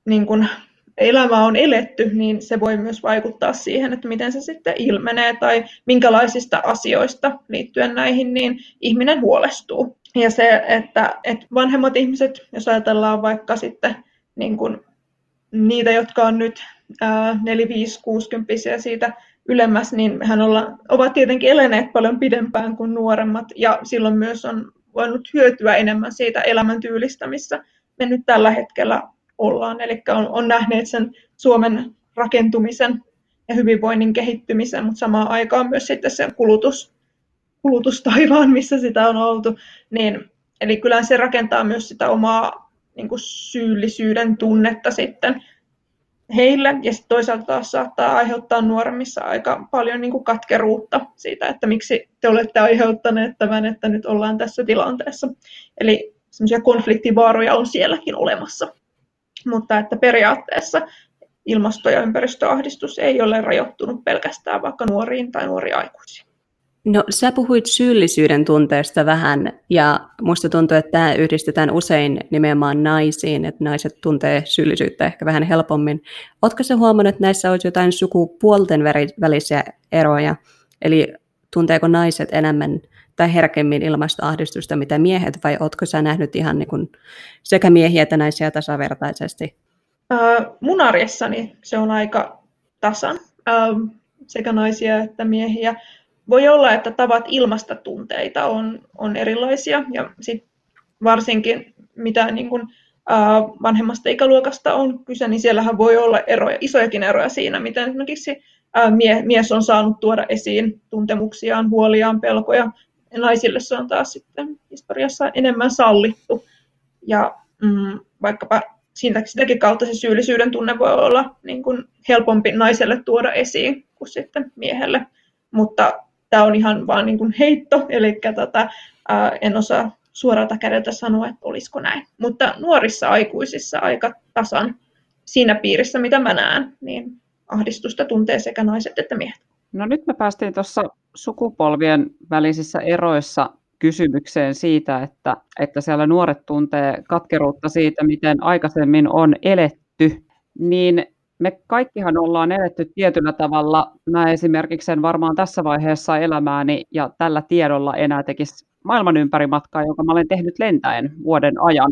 niin kun elämä on eletty, niin se voi myös vaikuttaa siihen, että miten se sitten ilmenee tai minkälaisista asioista liittyen näihin niin ihminen huolestuu. Ja se, että, että vanhemmat ihmiset, jos ajatellaan vaikka sitten niin kun niitä, jotka on nyt neljä, viisi, kuusikymppisiä siitä ylemmäs, niin hän olla, ovat tietenkin eläneet paljon pidempään kuin nuoremmat ja silloin myös on voinut hyötyä enemmän siitä elämäntyylistä, missä me nyt tällä hetkellä ollaan. Eli on, on nähneet sen Suomen rakentumisen ja hyvinvoinnin kehittymisen, mutta samaan aikaan myös sitten se kulutus, kulutustaivaan, missä sitä on oltu. Niin, eli kyllä se rakentaa myös sitä omaa niin kuin syyllisyyden tunnetta sitten heille, ja sitten toisaalta taas saattaa aiheuttaa nuoremmissa aika paljon niin kuin katkeruutta siitä, että miksi te olette aiheuttaneet tämän, että nyt ollaan tässä tilanteessa. Eli semmoisia konfliktivaaroja on sielläkin olemassa. Mutta että periaatteessa ilmasto- ja ympäristöahdistus ei ole rajoittunut pelkästään vaikka nuoriin tai nuoriin aikuisiin. No, sä puhuit syyllisyyden tunteesta vähän, ja musta tuntuu, että tämä yhdistetään usein nimenomaan naisiin, että naiset tuntee syyllisyyttä ehkä vähän helpommin. Ootko sä huomannut, että näissä olisi jotain sukupuolten välisiä eroja? Eli tunteeko naiset enemmän tai herkemmin ilmastoahdistusta mitä miehet, vai ootko sä nähnyt ihan niin kuin sekä miehiä että naisia tasavertaisesti? Äh, mun arjessani se on aika tasan, äh, sekä naisia että miehiä. Voi olla, että tavat ilmaista tunteita on, on erilaisia, ja sit varsinkin mitä niin kun, ää, vanhemmasta ikäluokasta on kyse, niin siellähän voi olla eroja, isojakin eroja siinä, miten esimerkiksi ää, mie, mies on saanut tuoda esiin tuntemuksiaan, huoliaan, pelkoja. Ja naisille se on taas sitten historiassa enemmän sallittu. Ja mm, vaikkapa siitä, sitäkin kautta se syyllisyyden tunne voi olla niin kun helpompi naiselle tuoda esiin kuin sitten miehelle. Mutta tämä on ihan vaan niin kuin heitto, eli tota, ää, en osaa suoralta kädeltä sanoa, että olisiko näin. Mutta nuorissa aikuisissa aika tasan siinä piirissä, mitä mä näen, niin ahdistusta tuntee sekä naiset että miehet. No nyt me päästiin tuossa sukupolvien välisissä eroissa kysymykseen siitä, että, että siellä nuoret tuntee katkeruutta siitä, miten aikaisemmin on eletty, niin me kaikkihan ollaan eletty tietyllä tavalla. Mä esimerkiksi sen varmaan tässä vaiheessa elämääni ja tällä tiedolla enää tekisi maailman ympäri matkaa, jonka mä olen tehnyt lentäen vuoden ajan.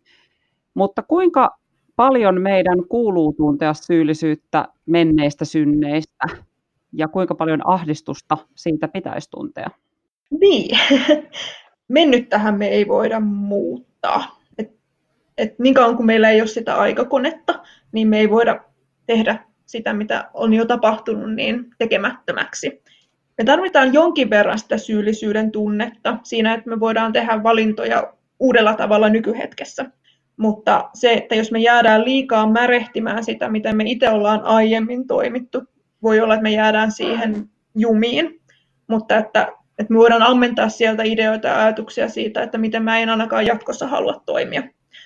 Mutta kuinka paljon meidän kuuluu tuntea syyllisyyttä menneistä synneistä ja kuinka paljon ahdistusta siitä pitäisi tuntea? Niin, mennyttähän me ei voida muuttaa. Et, et niin kauan kuin meillä ei ole sitä aikakonetta, niin me ei voida tehdä sitä, mitä on jo tapahtunut, niin tekemättömäksi. Me tarvitaan jonkin verran sitä syyllisyyden tunnetta siinä, että me voidaan tehdä valintoja uudella tavalla nykyhetkessä. Mutta se, että jos me jäädään liikaa märehtimään sitä, miten me itse ollaan aiemmin toimittu, voi olla, että me jäädään siihen jumiin. Mutta että, että me voidaan ammentaa sieltä ideoita ja ajatuksia siitä, että miten mä en ainakaan jatkossa halua toimia.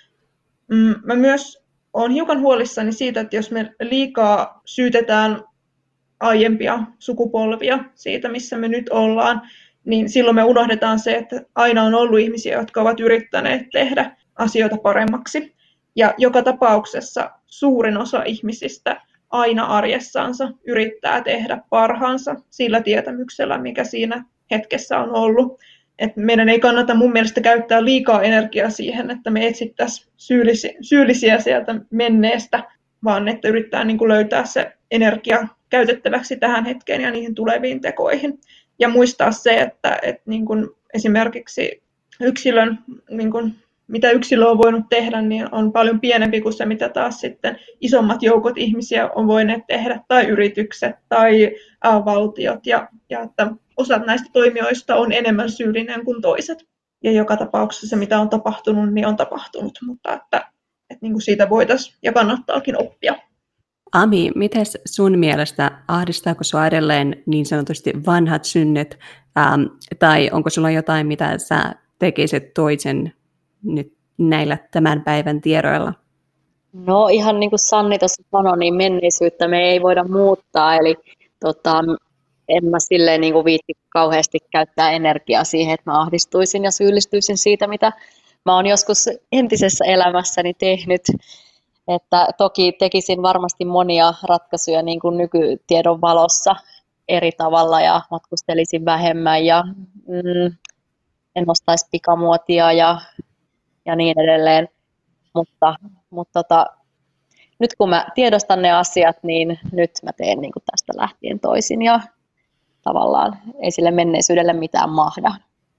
Mä myös olen hiukan huolissani siitä, että jos me liikaa syytetään aiempia sukupolvia siitä, missä me nyt ollaan, niin silloin me unohdetaan se, että aina on ollut ihmisiä, jotka ovat yrittäneet tehdä asioita paremmaksi. Ja joka tapauksessa suurin osa ihmisistä aina arjessaansa yrittää tehdä parhaansa sillä tietämyksellä, mikä siinä hetkessä on ollut. Et meidän ei kannata mun mielestä käyttää liikaa energiaa siihen, että me etsittäisiin syyllisiä, syyllisiä sieltä menneestä, vaan että yrittää niin kuin löytää se energia käytettäväksi tähän hetkeen ja niihin tuleviin tekoihin. Ja muistaa se, että, että niin kuin esimerkiksi yksilön, niin kuin mitä yksilö on voinut tehdä, niin on paljon pienempi kuin se, mitä taas sitten isommat joukot ihmisiä on voineet tehdä, tai yritykset tai ää, valtiot, ja, ja että osa näistä toimijoista on enemmän syyllinen kuin toiset. Ja joka tapauksessa se, mitä on tapahtunut, niin on tapahtunut, mutta että, että niin kuin siitä voitaisiin ja kannattaakin oppia. Ami, miten sun mielestä, ahdistaako sinua edelleen niin sanotusti vanhat synnet, ähm, tai onko sulla jotain, mitä sä tekisit toisen nyt näillä tämän päivän tiedoilla? No ihan niin kuin Sanni tuossa sanoi, niin menneisyyttä me ei voida muuttaa, eli tota, en mä silleen niin kuin viitti kauheasti käyttää energiaa siihen, että mä ahdistuisin ja syyllistyisin siitä, mitä mä oon joskus entisessä elämässäni tehnyt. Että toki tekisin varmasti monia ratkaisuja niin kuin nykytiedon valossa eri tavalla ja matkustelisin vähemmän ja mm, en ostaisi pikamuotia ja, ja niin edelleen. Mutta, mutta tota, nyt kun mä tiedostan ne asiat, niin nyt mä teen niin kuin tästä lähtien toisin ja tavallaan ei sille menneisyydelle mitään mahda.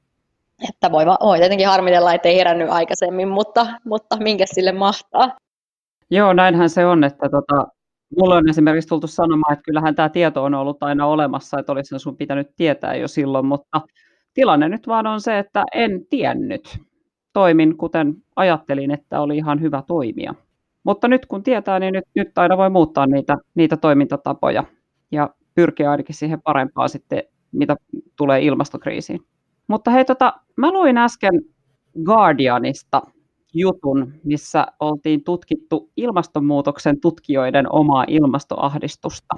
Että voi, voi tietenkin harmitella, ettei herännyt aikaisemmin, mutta, mutta minkä sille mahtaa. Joo, näinhän se on, että tota, mulle on esimerkiksi tultu sanomaan, että kyllähän tämä tieto on ollut aina olemassa, että olisi sun pitänyt tietää jo silloin, mutta tilanne nyt vaan on se, että en tiennyt. Toimin kuten ajattelin, että oli ihan hyvä toimia. Mutta nyt kun tietää, niin nyt, nyt aina voi muuttaa niitä, niitä toimintatapoja ja pyrkiä ainakin siihen parempaan sitten, mitä tulee ilmastokriisiin. Mutta hei, tota, mä luin äsken Guardianista jutun, missä oltiin tutkittu ilmastonmuutoksen tutkijoiden omaa ilmastoahdistusta.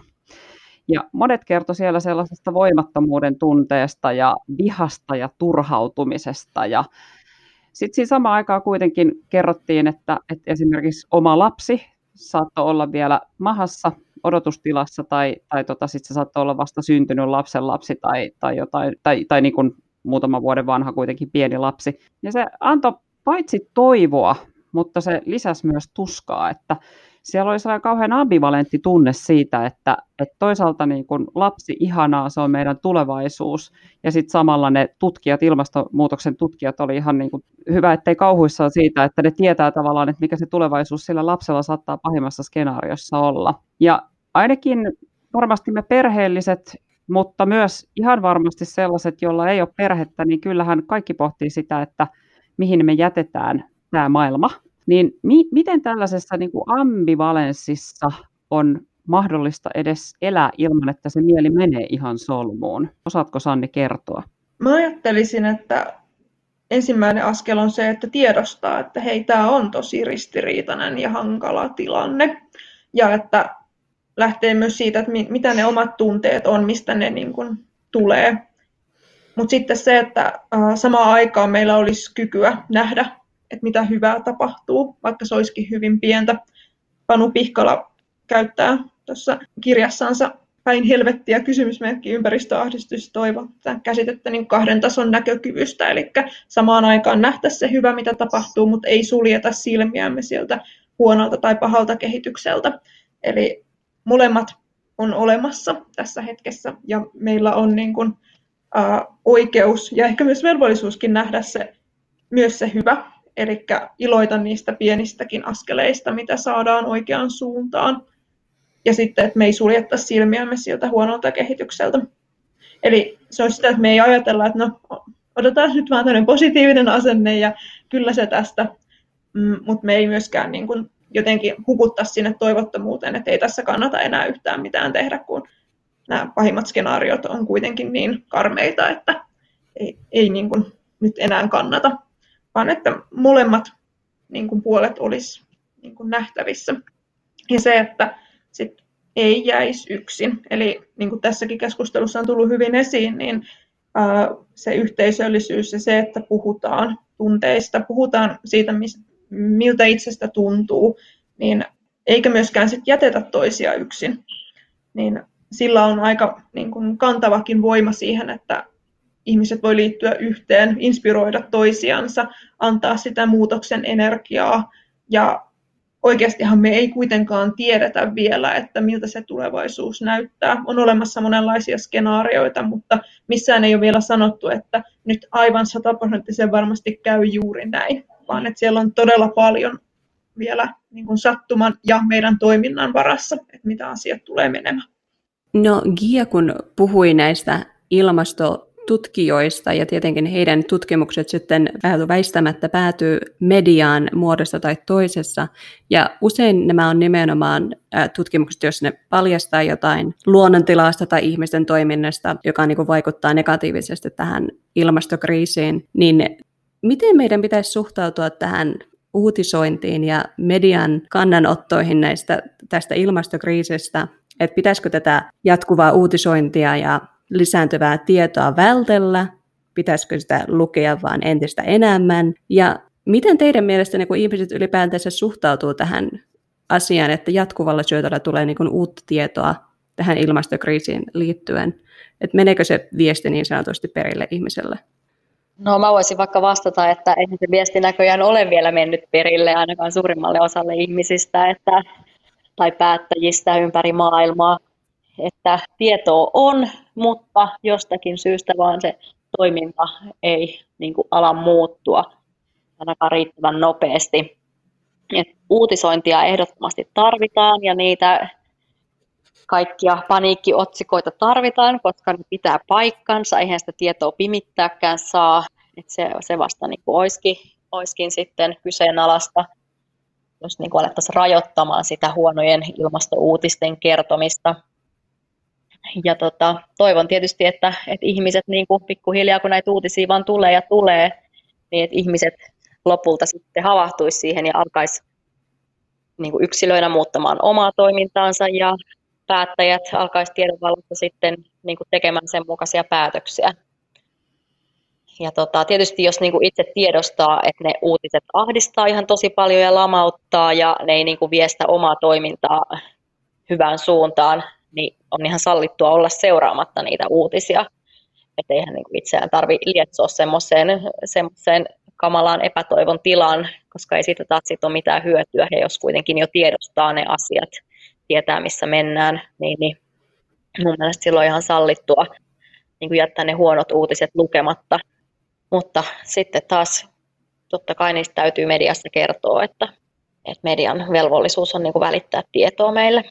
Ja monet kertoi siellä sellaisesta voimattomuuden tunteesta ja vihasta ja turhautumisesta. Ja sitten siinä samaan aikaan kuitenkin kerrottiin, että, että esimerkiksi oma lapsi saattoi olla vielä mahassa odotustilassa tai, tai tota, sitten se saattoi olla vasta syntynyt lapsenlapsi tai, tai, jotain, tai, tai niin kuin muutaman vuoden vanha kuitenkin pieni lapsi. Ja se antoi paitsi toivoa, mutta se lisäsi myös tuskaa, että siellä oli sellainen kauhean ambivalentti tunne siitä, että, että toisaalta niin kuin lapsi ihanaa, se on meidän tulevaisuus, ja sitten samalla ne tutkijat, ilmastonmuutoksen tutkijat oli ihan niin kuin hyvä, ettei kauhuissaan siitä, että ne tietää tavallaan, että mikä se tulevaisuus sillä lapsella saattaa pahimmassa skenaariossa olla. Ja ainakin varmasti me perheelliset, mutta myös ihan varmasti sellaiset, joilla ei ole perhettä, niin kyllähän kaikki pohtii sitä, että mihin me jätetään tämä maailma. Niin mi- miten tällaisessa niin kuin ambivalenssissa on mahdollista edes elää ilman, että se mieli menee ihan solmuun? Osaatko Sanni kertoa? Mä ajattelisin, että ensimmäinen askel on se, että tiedostaa, että hei, tämä on tosi ristiriitainen ja hankala tilanne. Ja että lähtee myös siitä, että mitä ne omat tunteet on, mistä ne niin kuin tulee. Mutta sitten se, että samaan aikaan meillä olisi kykyä nähdä, että mitä hyvää tapahtuu, vaikka se olisikin hyvin pientä. Panu Pihkala käyttää tuossa kirjassansa Päin helvettiä kysymysmerkki ympäristöahdistus toivo tämän käsitettä niin kahden tason näkökyvystä, eli samaan aikaan nähtäisiin se hyvä, mitä tapahtuu, mutta ei suljeta silmiämme sieltä huonolta tai pahalta kehitykseltä. Eli molemmat on olemassa tässä hetkessä ja meillä on niin kuin, ä, oikeus ja ehkä myös velvollisuuskin nähdä se, myös se hyvä. Eli iloita niistä pienistäkin askeleista, mitä saadaan oikeaan suuntaan. Ja sitten, että me ei suljettaisi silmiämme siltä huonolta kehitykseltä. Eli se on sitä, että me ei ajatella, että no, otetaan nyt vaan tämmöinen positiivinen asenne ja kyllä se tästä. Mutta me ei myöskään niin kuin jotenkin hukuttaisi sinne toivottomuuteen, että ei tässä kannata enää yhtään mitään tehdä, kun nämä pahimmat skenaariot on kuitenkin niin karmeita, että ei, ei niin kuin nyt enää kannata. Vaan että molemmat niin kuin puolet olisi niin kuin nähtävissä. Ja se, että sit ei jäisi yksin. Eli niin kuin tässäkin keskustelussa on tullut hyvin esiin, niin ää, se yhteisöllisyys ja se, että puhutaan tunteista, puhutaan siitä, miltä itsestä tuntuu, niin eikä myöskään sit jätetä toisia yksin. Niin sillä on aika niin kuin kantavakin voima siihen, että ihmiset voi liittyä yhteen, inspiroida toisiansa, antaa sitä muutoksen energiaa. Ja oikeastihan me ei kuitenkaan tiedetä vielä, että miltä se tulevaisuus näyttää. On olemassa monenlaisia skenaarioita, mutta missään ei ole vielä sanottu, että nyt aivan sataprosenttisen varmasti käy juuri näin, vaan että siellä on todella paljon vielä niin kuin sattuman ja meidän toiminnan varassa, että mitä asiat tulee menemään. No Gia, kun puhui näistä ilmastotutkijoista ja tietenkin heidän tutkimukset sitten väistämättä päätyy mediaan muodossa tai toisessa. Ja usein nämä on nimenomaan tutkimukset, jos ne paljastaa jotain luonnontilasta tai ihmisten toiminnasta, joka niin kuin vaikuttaa negatiivisesti tähän ilmastokriisiin. Niin miten meidän pitäisi suhtautua tähän uutisointiin ja median kannanottoihin näistä, tästä ilmastokriisistä? Että pitäisikö tätä jatkuvaa uutisointia ja lisääntyvää tietoa vältellä? Pitäisikö sitä lukea vaan entistä enemmän? Ja miten teidän mielestänne, kun ihmiset ylipäätänsä suhtautuu tähän asian, että jatkuvalla syötöllä tulee niin kuin uutta tietoa tähän ilmastokriisiin liittyen. Että meneekö se viesti niin sanotusti perille ihmiselle? No mä voisin vaikka vastata, että eihän se viesti näköjään ole vielä mennyt perille ainakaan suurimmalle osalle ihmisistä että, tai päättäjistä ympäri maailmaa. Että tietoa on, mutta jostakin syystä vaan se toiminta ei niin kuin ala muuttua ainakaan riittävän nopeasti. Et uutisointia ehdottomasti tarvitaan ja niitä kaikkia paniikkiotsikoita tarvitaan, koska ne pitää paikkansa, eihän sitä tietoa pimittääkään saa. Et se, se vasta niin kuin olisikin, olisikin sitten kyseenalaista, jos niin kuin alettaisiin rajoittamaan sitä huonojen ilmastouutisten kertomista. Ja tota, toivon tietysti, että, että ihmiset niin kuin pikkuhiljaa, kun näitä uutisia vaan tulee ja tulee, niin että ihmiset lopulta sitten havahtuisi siihen ja alkaisi niin kuin yksilöinä muuttamaan omaa toimintaansa ja päättäjät alkaisi tiedonvalossa sitten niin kuin tekemään sen mukaisia päätöksiä. Ja tota, tietysti jos niin kuin itse tiedostaa, että ne uutiset ahdistaa ihan tosi paljon ja lamauttaa ja ne ei niin kuin vie sitä omaa toimintaa hyvään suuntaan, niin on ihan sallittua olla seuraamatta niitä uutisia. Että eihän niin kuin itseään tarvitse lietsoa semmoiseen, semmoiseen kamalaan epätoivon tilaan, koska ei siitä taas sit ole mitään hyötyä. Ja jos kuitenkin jo tiedostaa ne asiat, tietää missä mennään, niin, niin mun mielestä silloin on ihan sallittua niin kuin jättää ne huonot uutiset lukematta. Mutta sitten taas totta kai niistä täytyy mediassa kertoa, että, että median velvollisuus on niin kuin välittää tietoa meille.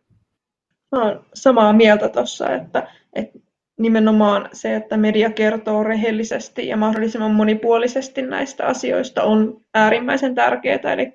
Mä olen samaa mieltä tuossa, että, että nimenomaan se, että media kertoo rehellisesti ja mahdollisimman monipuolisesti näistä asioista on äärimmäisen tärkeää. Eli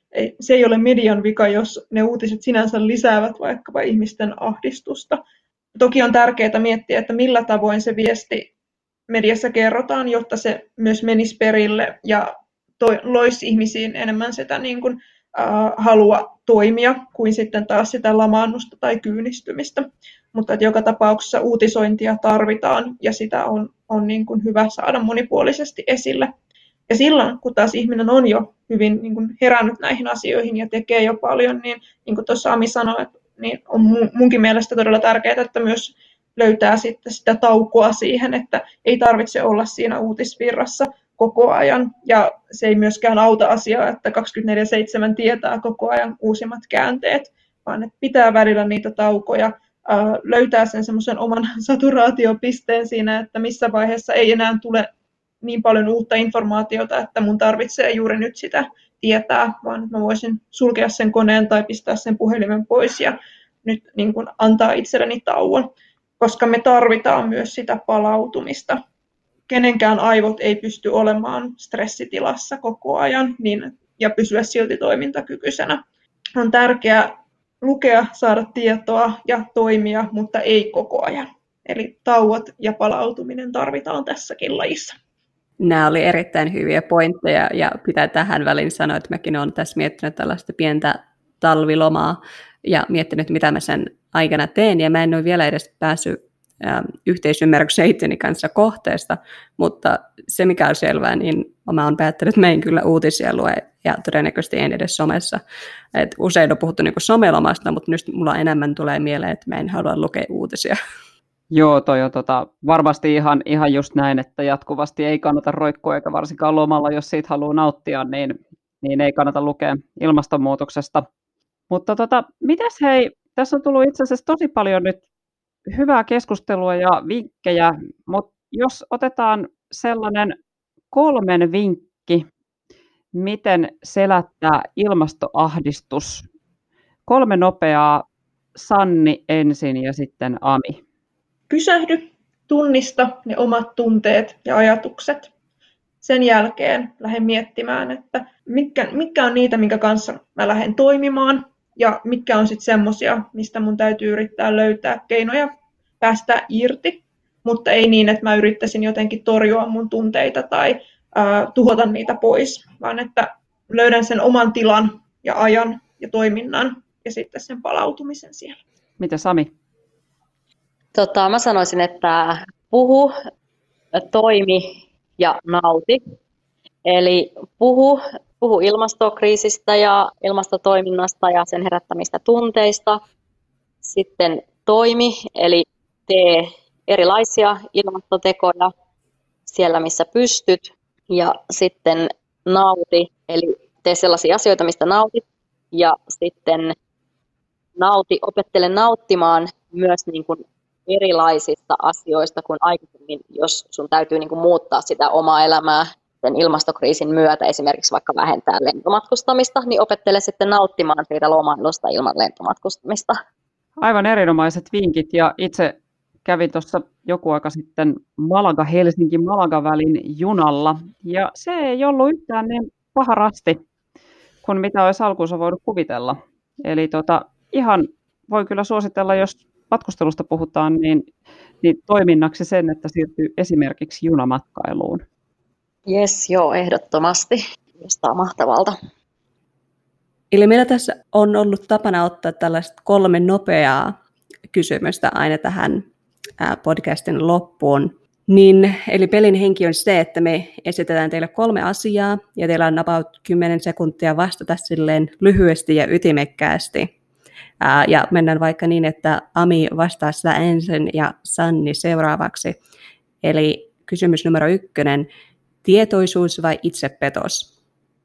se ei ole median vika, jos ne uutiset sinänsä lisäävät vaikkapa ihmisten ahdistusta. Toki on tärkeää miettiä, että millä tavoin se viesti mediassa kerrotaan, jotta se myös menisi perille ja toi, loisi ihmisiin enemmän sitä niin kuin, äh, halua toimia kuin sitten taas sitä lamaannusta tai kyynistymistä. Mutta että joka tapauksessa uutisointia tarvitaan ja sitä on, on niin kuin hyvä saada monipuolisesti esille. Ja silloin, kun taas ihminen on jo hyvin niin kuin herännyt näihin asioihin ja tekee jo paljon, niin, niin kuin tuossa Ami sanoi, että, niin on munkin mielestä todella tärkeää, että myös löytää sitten sitä taukoa siihen, että ei tarvitse olla siinä uutisvirrassa koko ajan. Ja se ei myöskään auta asiaa, että kaksikymmentäneljä seitsemän tietää koko ajan uusimmat käänteet, vaan että pitää välillä niitä taukoja, löytää sen semmoisen oman saturaatiopisteen siinä, että missä vaiheessa ei enää tule niin paljon uutta informaatiota, että mun tarvitsee juuri nyt sitä tietää, vaan mä voisin sulkea sen koneen tai pistää sen puhelimen pois ja nyt niin kuin antaa itselleni tauon, koska me tarvitaan myös sitä palautumista. Kenenkään aivot ei pysty olemaan stressitilassa koko ajan niin, ja pysyä silti toimintakykyisenä. On tärkeää lukea, saada tietoa ja toimia, mutta ei koko ajan. Eli tauot ja palautuminen tarvitaan tässäkin lajissa. Nämä oli erittäin hyviä pointteja ja pitää tähän väliin sanoa, että mäkin olen tässä miettinyt tällaista pientä talvilomaa ja miettinyt, mitä mä sen aikana teen. Ja mä en ole vielä edes päässyt ä, yhteisymmärrykseen itteni kanssa kohteesta, mutta se mikä on selvää, niin mä oon päättänyt, että mä en kyllä uutisia lue ja todennäköisesti en edes somessa. Et usein on puhuttu niin kuin somelomasta, mutta nyt mulla enemmän tulee mieleen, että mä en halua lukea uutisia. Joo, toi on tota, varmasti ihan, ihan just näin, että jatkuvasti ei kannata roikkua, eikä varsinkaan lomalla, jos siitä haluaa nauttia, niin, niin ei kannata lukea ilmastonmuutoksesta. Mutta tota, mitäs hei, tässä on tullut itse asiassa tosi paljon nyt hyvää keskustelua ja vinkkejä, mutta jos otetaan sellainen kolmen vinkki, miten selättää ilmastoahdistus. Kolme nopeaa, Sanni ensin ja sitten Ami. Pysähdy, tunnista ne omat tunteet ja ajatukset. Sen jälkeen lähde miettimään, että mitkä, mitkä on niitä, minkä kanssa mä lähden toimimaan ja mitkä on sitten semmoisia, mistä mun täytyy yrittää löytää keinoja päästä irti, mutta ei niin, että mä yrittäisin jotenkin torjua mun tunteita tai ää, tuhota niitä pois, vaan että löydän sen oman tilan ja ajan ja toiminnan ja sitten sen palautumisen siellä. Mitä Sami? Tota, mä sanoisin, että puhu, toimi ja nauti. Eli puhu, puhu ilmastokriisistä ja ilmastotoiminnasta ja sen herättämistä tunteista. Sitten toimi, eli tee erilaisia ilmastotekoja siellä, missä pystyt. Ja sitten nauti, eli tee sellaisia asioita, mistä nautit. Ja sitten nauti, opettele nauttimaan myös niin kuin erilaisista asioista kuin aikaisemmin, jos sun täytyy niin kuin muuttaa sitä omaa elämää sen ilmastokriisin myötä, esimerkiksi vaikka vähentää lentomatkustamista, niin opettele sitten nauttimaan siitä lomailusta ilman lentomatkustamista. Aivan erinomaiset vinkit, ja itse kävin tuossa joku aika sitten Malaga-Helsinki-Malaga-välin junalla, ja se ei ollut yhtään niin paha rasti kuin mitä olisi alkuunsa voinut kuvitella. Eli tota, ihan voi kyllä suositella, jos matkustelusta puhutaan, niin, niin toiminnaksi sen, että siirtyy esimerkiksi junamatkailuun. Jes, joo, ehdottomasti. Kuulostaa mahtavalta. Eli meillä tässä on ollut tapana ottaa tällaiset kolme nopeaa kysymystä aina tähän podcastin loppuun. Niin, eli pelin henki on se, että me esitetään teille kolme asiaa ja teillä on about kymmenen sekuntia vastata silleen lyhyesti ja ytimekkäästi. Ää, ja mennään vaikka niin, että Ami vastaa sitä ensin ja Sanni seuraavaksi. Eli kysymys numero ykkönen, tietoisuus vai itsepetos?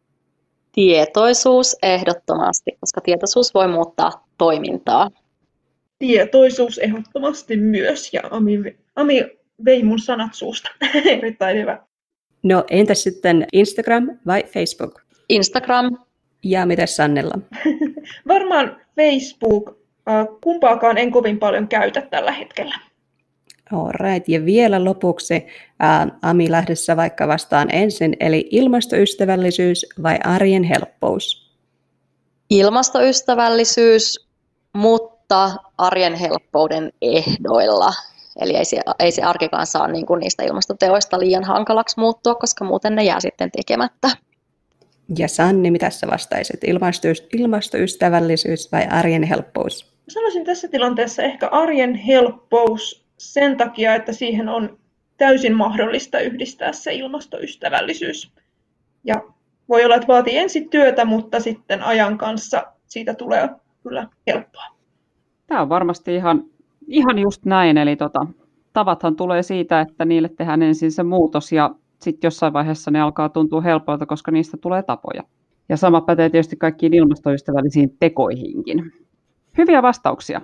Tietoisuus ehdottomasti, koska tietoisuus voi muuttaa toimintaa. Tietoisuus ehdottomasti myös, ja Ami, Ami vei mun sanat suusta. Erittäin hyvä. No entäs sitten Instagram vai Facebook? Instagram. Ja mitäs Sannella? Varmaan Facebook. Kumpaakaan en kovin paljon käytä tällä hetkellä. Alright. Ja vielä lopuksi ää, Ami lähdessä vaikka vastaan ensin, eli ilmastoystävällisyys vai arjen helppous? Ilmastoystävällisyys, mutta arjen helppouden ehdoilla. Eli ei se, ei se arkikaan saa niin kuin niistä ilmastoteoista liian hankalaksi muuttua, koska muuten ne jää sitten tekemättä. Ja Sanni, mitä sä vastaisit? Ilmastoystävällisyys vai arjen helppous? Sanoisin tässä tilanteessa ehkä arjen helppous sen takia, että siihen on täysin mahdollista yhdistää se ilmastoystävällisyys. Ja voi olla, että vaatii ensin työtä, mutta sitten ajan kanssa siitä tulee kyllä helppoa. Tämä on varmasti ihan, ihan just näin. Eli tota, tavathan tulee siitä, että niille tehdään ensin se muutos ja sitten jossain vaiheessa ne alkaa tuntua helpoilta, koska niistä tulee tapoja. Ja sama pätee tietysti kaikkiin ilmastoystävällisiin tekoihinkin. Hyviä vastauksia.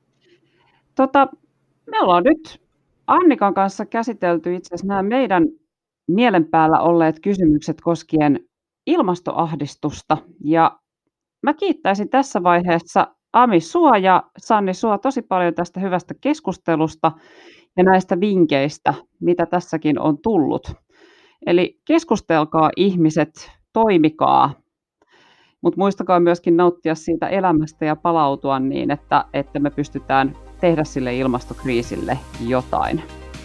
Tota, me ollaan nyt Annikan kanssa käsitelty itse asiassa nämä meidän mielen päällä olleet kysymykset koskien ilmastoahdistusta. Ja mä kiittäisin tässä vaiheessa Ami sua ja Sanni sua tosi paljon tästä hyvästä keskustelusta ja näistä vinkkeistä, mitä tässäkin on tullut. Eli keskustelkaa ihmiset, toimikaa, mutta muistakaa myöskin nauttia siitä elämästä ja palautua niin, että, että me pystytään tehdä sille ilmastokriisille jotain.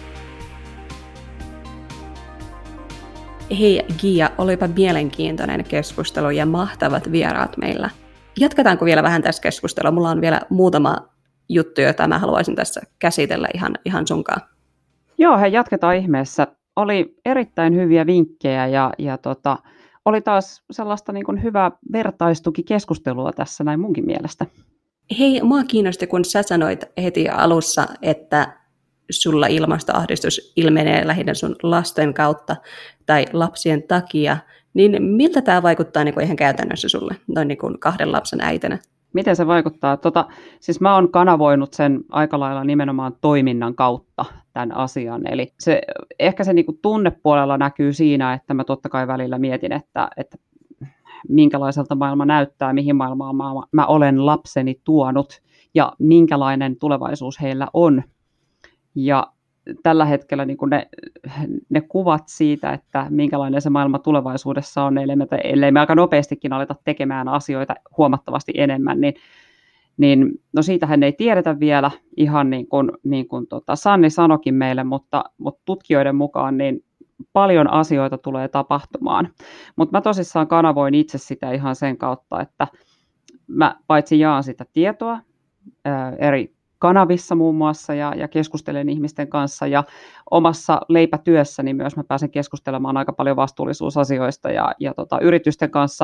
Hei Gia, olipa mielenkiintoinen keskustelu ja mahtavat vieraat meillä. Jatketaanko vielä vähän tässä keskustelua? Mulla on vielä muutama juttu, jota mä haluaisin tässä käsitellä ihan, ihan sunkaan. Joo, hei, jatketaan ihmeessä. Oli erittäin hyviä vinkkejä ja, ja tota, oli taas sellaista niin kuin hyvää vertaistukikeskustelua tässä näin munkin mielestä. Hei, mua kiinnosti, kun sä sanoit heti alussa, että sulla ilmastoahdistus ilmenee lähinnä sun lasten kautta tai lapsien takia, niin miltä tämä vaikuttaa niin kuin ihan käytännössä sulle, noin niin kuin kahden lapsen äitinä? Miten se vaikuttaa? Tota, siis mä oon kanavoinut sen aika lailla nimenomaan toiminnan kautta tämän asian. Eli se, ehkä se niin kuin tunnepuolella näkyy siinä, että mä totta kai välillä mietin, että, että minkälaiselta maailma näyttää, mihin maailmaan mä, mä olen lapseni tuonut ja minkälainen tulevaisuus heillä on. Ja tällä hetkellä niin kuin ne, ne kuvat siitä, että minkälainen se maailma tulevaisuudessa on, ellei me, ellei me aika nopeastikin aleta tekemään asioita huomattavasti enemmän, niin, niin no siitähän ei tiedetä vielä ihan niin kuin, niin kuin tota Sanni sanoikin meille, mutta, mutta tutkijoiden mukaan niin paljon asioita tulee tapahtumaan. Mutta mä tosissaan kanavoin itse sitä ihan sen kautta, että mä paitsi jaan sitä tietoa ää, eri kanavissa muun muassa ja, ja keskustelen ihmisten kanssa ja omassa leipätyössäni myös mä pääsen keskustelemaan aika paljon vastuullisuusasioista ja, ja tota, yritysten kanssa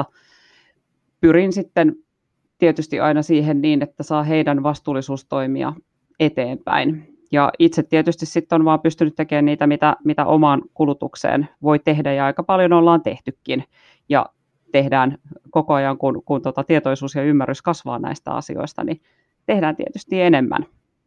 pyrin sitten tietysti aina siihen niin, että saa heidän vastuullisuustoimia eteenpäin. Ja itse tietysti sitten on vaan pystynyt tekemään niitä, mitä, mitä omaan kulutukseen voi tehdä, ja aika paljon ollaan tehtykin. Ja tehdään koko ajan, kun, kun tota tietoisuus ja ymmärrys kasvaa näistä asioista, niin tehdään tietysti enemmän.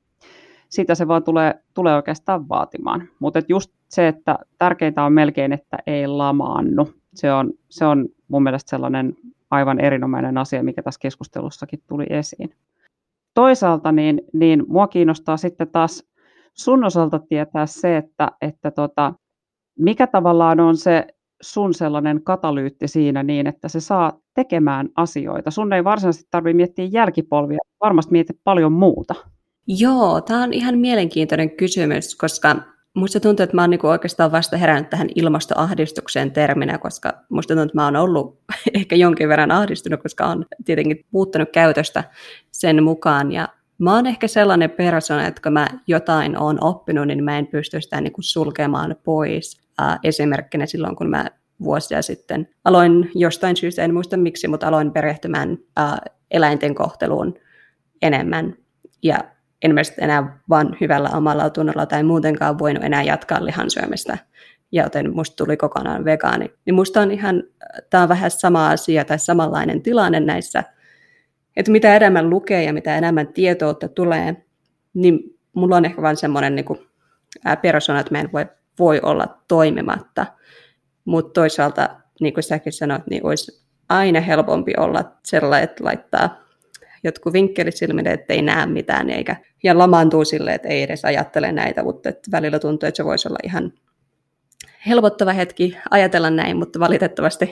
Sitä se vaan tulee, tulee oikeastaan vaatimaan. Mutta just se, että tärkeintä on melkein, että ei lamaannu. Se on, se on mun mielestä sellainen aivan erinomainen asia, mikä tässä keskustelussakin tuli esiin. Toisaalta niin, niin mua kiinnostaa sitten taas sun osalta tietää se, että, että tota, mikä tavallaan on se sun sellainen katalyytti siinä niin, että se saa tekemään asioita. Sun ei varsinaisesti tarvitse miettiä jälkipolvia, varmasti mietit paljon muuta. Joo, tämä on ihan mielenkiintoinen kysymys, koska musta tuntuu, että mä oon niinku oikeastaan vasta herännyt tähän ilmastoahdistukseen terminä, koska musta tuntuu, että mä oon ollut ehkä jonkin verran ahdistunut, koska on tietenkin muuttanut käytöstä sen mukaan. Ja mä oon ehkä sellainen persona, että kun mä jotain oon oppinut, niin mä en pysty sitä niinku sulkemaan pois. Äh, esimerkkinä silloin, kun mä vuosia sitten aloin jostain syystä, en muista miksi, mutta aloin perehtymään äh, eläinten kohteluun enemmän. Ja en mä enää vaan hyvällä omalla tunnolla tai muutenkaan voinut enää jatkaa lihansyömistä, joten musta tuli kokonaan vegaani. Niin musta on ihan, tää on vähän sama asia tai samanlainen tilanne näissä, että mitä enemmän lukee ja mitä enemmän tietoutta tulee, niin mulla on ehkä vaan semmoinen niin kuin persona, että mä en voi, voi olla toimimatta. Mutta toisaalta, niin kuin säkin sanoit, niin olisi aina helpompi olla sellainen, että laittaa jotkut vinkkelit silmille, että ei näe mitään, eikä, ja lamaantuu silleen, että ei edes ajattele näitä, mutta että välillä tuntuu, että se voisi olla ihan helpottava hetki ajatella näin, mutta valitettavasti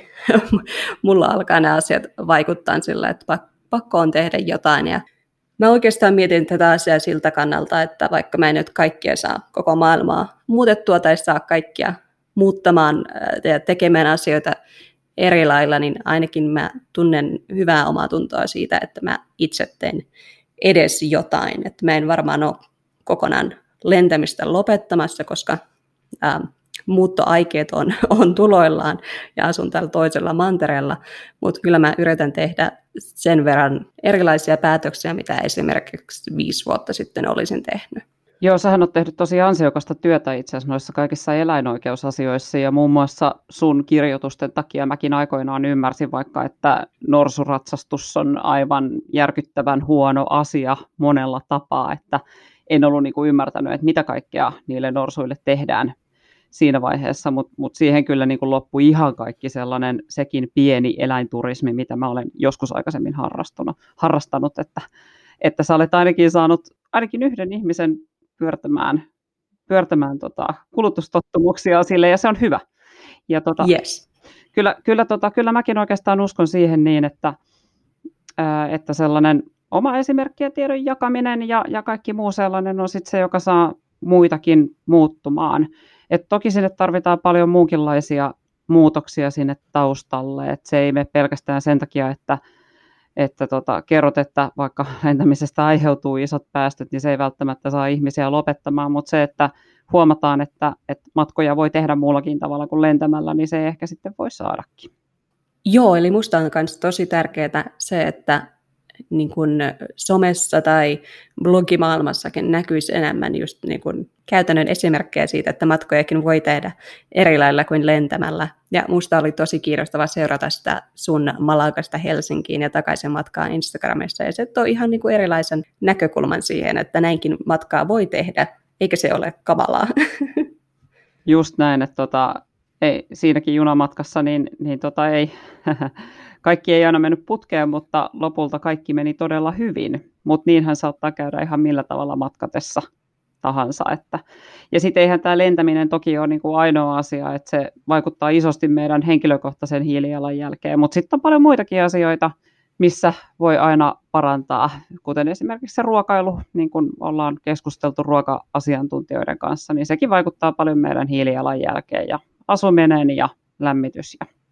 mulla alkaa nämä asiat vaikuttaa sillä, että pakko on tehdä jotain. Ja mä oikeastaan mietin tätä asiaa siltä kannalta, että vaikka mä en nyt kaikkia saa koko maailmaa muutettua tai saa kaikkia muuttamaan ja tekemään asioita eri lailla, niin ainakin mä tunnen hyvää omaa tuntoa siitä, että mä itse teen edes jotain. Että mä en varmaan ole kokonaan lentämistä lopettamassa, koska ää, muuttoaikeet on, on tuloillaan ja asun täällä toisella mantereella, mutta kyllä mä yritän tehdä sen verran erilaisia päätöksiä, mitä esimerkiksi viisi vuotta sitten olisin tehnyt. Joo, sähän olet tehnyt tosi ansiokasta työtä itse asiassa noissa kaikissa eläinoikeusasioissa ja muun muassa sun kirjoitusten takia mäkin aikoinaan ymmärsin vaikka, että norsuratsastus on aivan järkyttävän huono asia monella tapaa, että en ollut niin kuin ymmärtänyt, että mitä kaikkea niille norsuille tehdään siinä vaiheessa, mutta mut siihen kyllä niin kuin loppui ihan kaikki sellainen sekin pieni eläinturismi, mitä mä olen joskus aikaisemmin harrastunut, harrastanut, että, että sä olet ainakin saanut ainakin yhden ihmisen pyörtämään, pyörtämään tota, kulutustottumuksia sille, ja se on hyvä. Ja tota, yes. kyllä, kyllä, tota, kyllä mäkin oikeastaan uskon siihen niin, että, ää, että sellainen oma esimerkki ja tiedon jakaminen ja, ja kaikki muu sellainen on sitten se, joka saa muitakin muuttumaan. Et toki sinne tarvitaan paljon muunkinlaisia muutoksia sinne taustalle, että se ei mene pelkästään sen takia, että että tota, kerrot, että vaikka lentämisestä aiheutuu isot päästöt, niin se ei välttämättä saa ihmisiä lopettamaan, mutta se, että huomataan, että, että matkoja voi tehdä muullakin tavalla kuin lentämällä, niin se ehkä sitten voi saadakin. Joo, eli musta on myös tosi tärkeää se, että niin kun somessa tai blogimaailmassakin näkyisi enemmän just niin kun käytännön esimerkkejä siitä, että matkojakin voi tehdä eri lailla kuin lentämällä. Ja musta oli tosi kiinnostavaa seurata sitä sun Malagasta Helsinkiin ja takaisin matkaa Instagramissa. Ja se tuo ihan niin kuin erilaisen näkökulman siihen, että näinkin matkaa voi tehdä, eikä se ole kamalaa. Just näin, että tota, ei, siinäkin junamatkassa niin, niin tota ei... Kaikki ei aina mennyt putkeen, mutta lopulta kaikki meni todella hyvin. Mutta niinhän saattaa käydä ihan millä tavalla matkatessa tahansa. Että. Ja sitten eihän tämä lentäminen toki ole niinku ainoa asia, että se vaikuttaa isosti meidän henkilökohtaisen hiilijalanjälkeen. Mutta sitten on paljon muitakin asioita, missä voi aina parantaa, kuten esimerkiksi se ruokailu, niin kuin ollaan keskusteltu ruoka-asiantuntijoiden kanssa, niin sekin vaikuttaa paljon meidän hiilijalanjälkeen ja asuminen ja lämmitys ja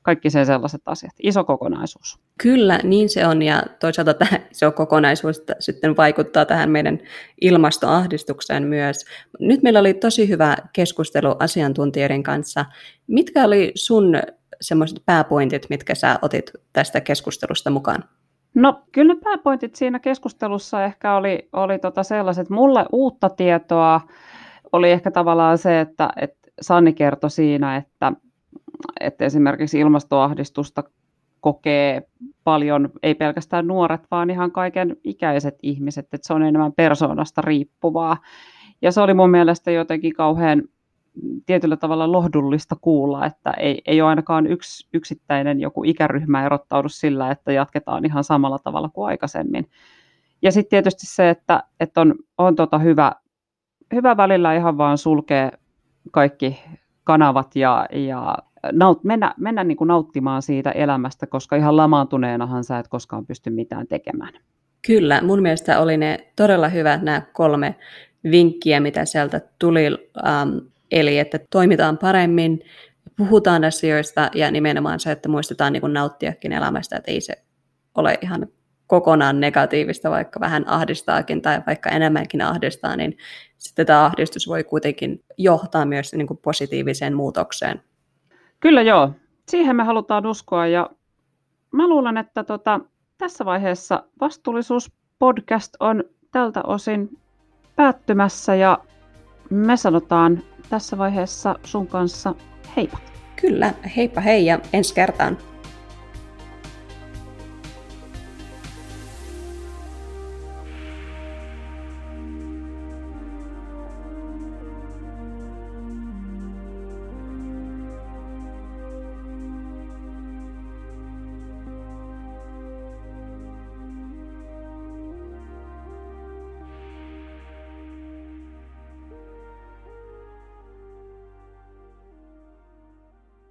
kaikki sen sellaiset asiat. Iso kokonaisuus. Kyllä, niin se on, ja toisaalta tämä iso kokonaisuus sitten vaikuttaa tähän meidän ilmastoahdistukseen myös. Nyt meillä oli tosi hyvä keskustelu asiantuntijoiden kanssa. Mitkä oli sun semmoiset pääpointit, mitkä sä otit tästä keskustelusta mukaan? No kyllä ne pääpointit siinä keskustelussa ehkä oli, oli tota sellaiset, mulle uutta tietoa oli ehkä tavallaan se, että, että Sanni kertoi siinä, että, että esimerkiksi ilmastoahdistusta kokee paljon, ei pelkästään nuoret, vaan ihan kaiken ikäiset ihmiset, että se on enemmän persoonasta riippuvaa. Ja se oli mun mielestä jotenkin kauhean tietyllä tavalla lohdullista kuulla, että ei, ei ole ainakaan yksi yksittäinen joku ikäryhmä erottaudu sillä, että jatketaan ihan samalla tavalla kuin aikaisemmin. Ja sitten tietysti se, että, että on, on tota hyvä, hyvä välillä ihan vaan sulkea kaikki kanavat ja, ja naut, mennä, mennä niin kuin nauttimaan siitä elämästä, koska ihan lamaantuneenahan sä et koskaan pysty mitään tekemään. Kyllä, mun mielestä oli ne todella hyvät nämä kolme vinkkiä, mitä sieltä tuli. Ähm, eli että toimitaan paremmin, puhutaan asioista ja nimenomaan se, että muistetaan niin kuin nauttiakin elämästä, että ei se ole ihan kokonaan negatiivista, vaikka vähän ahdistaakin tai vaikka enemmänkin ahdistaa, niin sitten tämä ahdistus voi kuitenkin johtaa myös niin kuin positiiviseen muutokseen. Kyllä joo, siihen me halutaan uskoa ja mä luulen, että tota, tässä vaiheessa Vastuullisuus-podcast on tältä osin päättymässä ja me sanotaan tässä vaiheessa sun kanssa heippa. Kyllä, heippa hei ja ensi kertaan.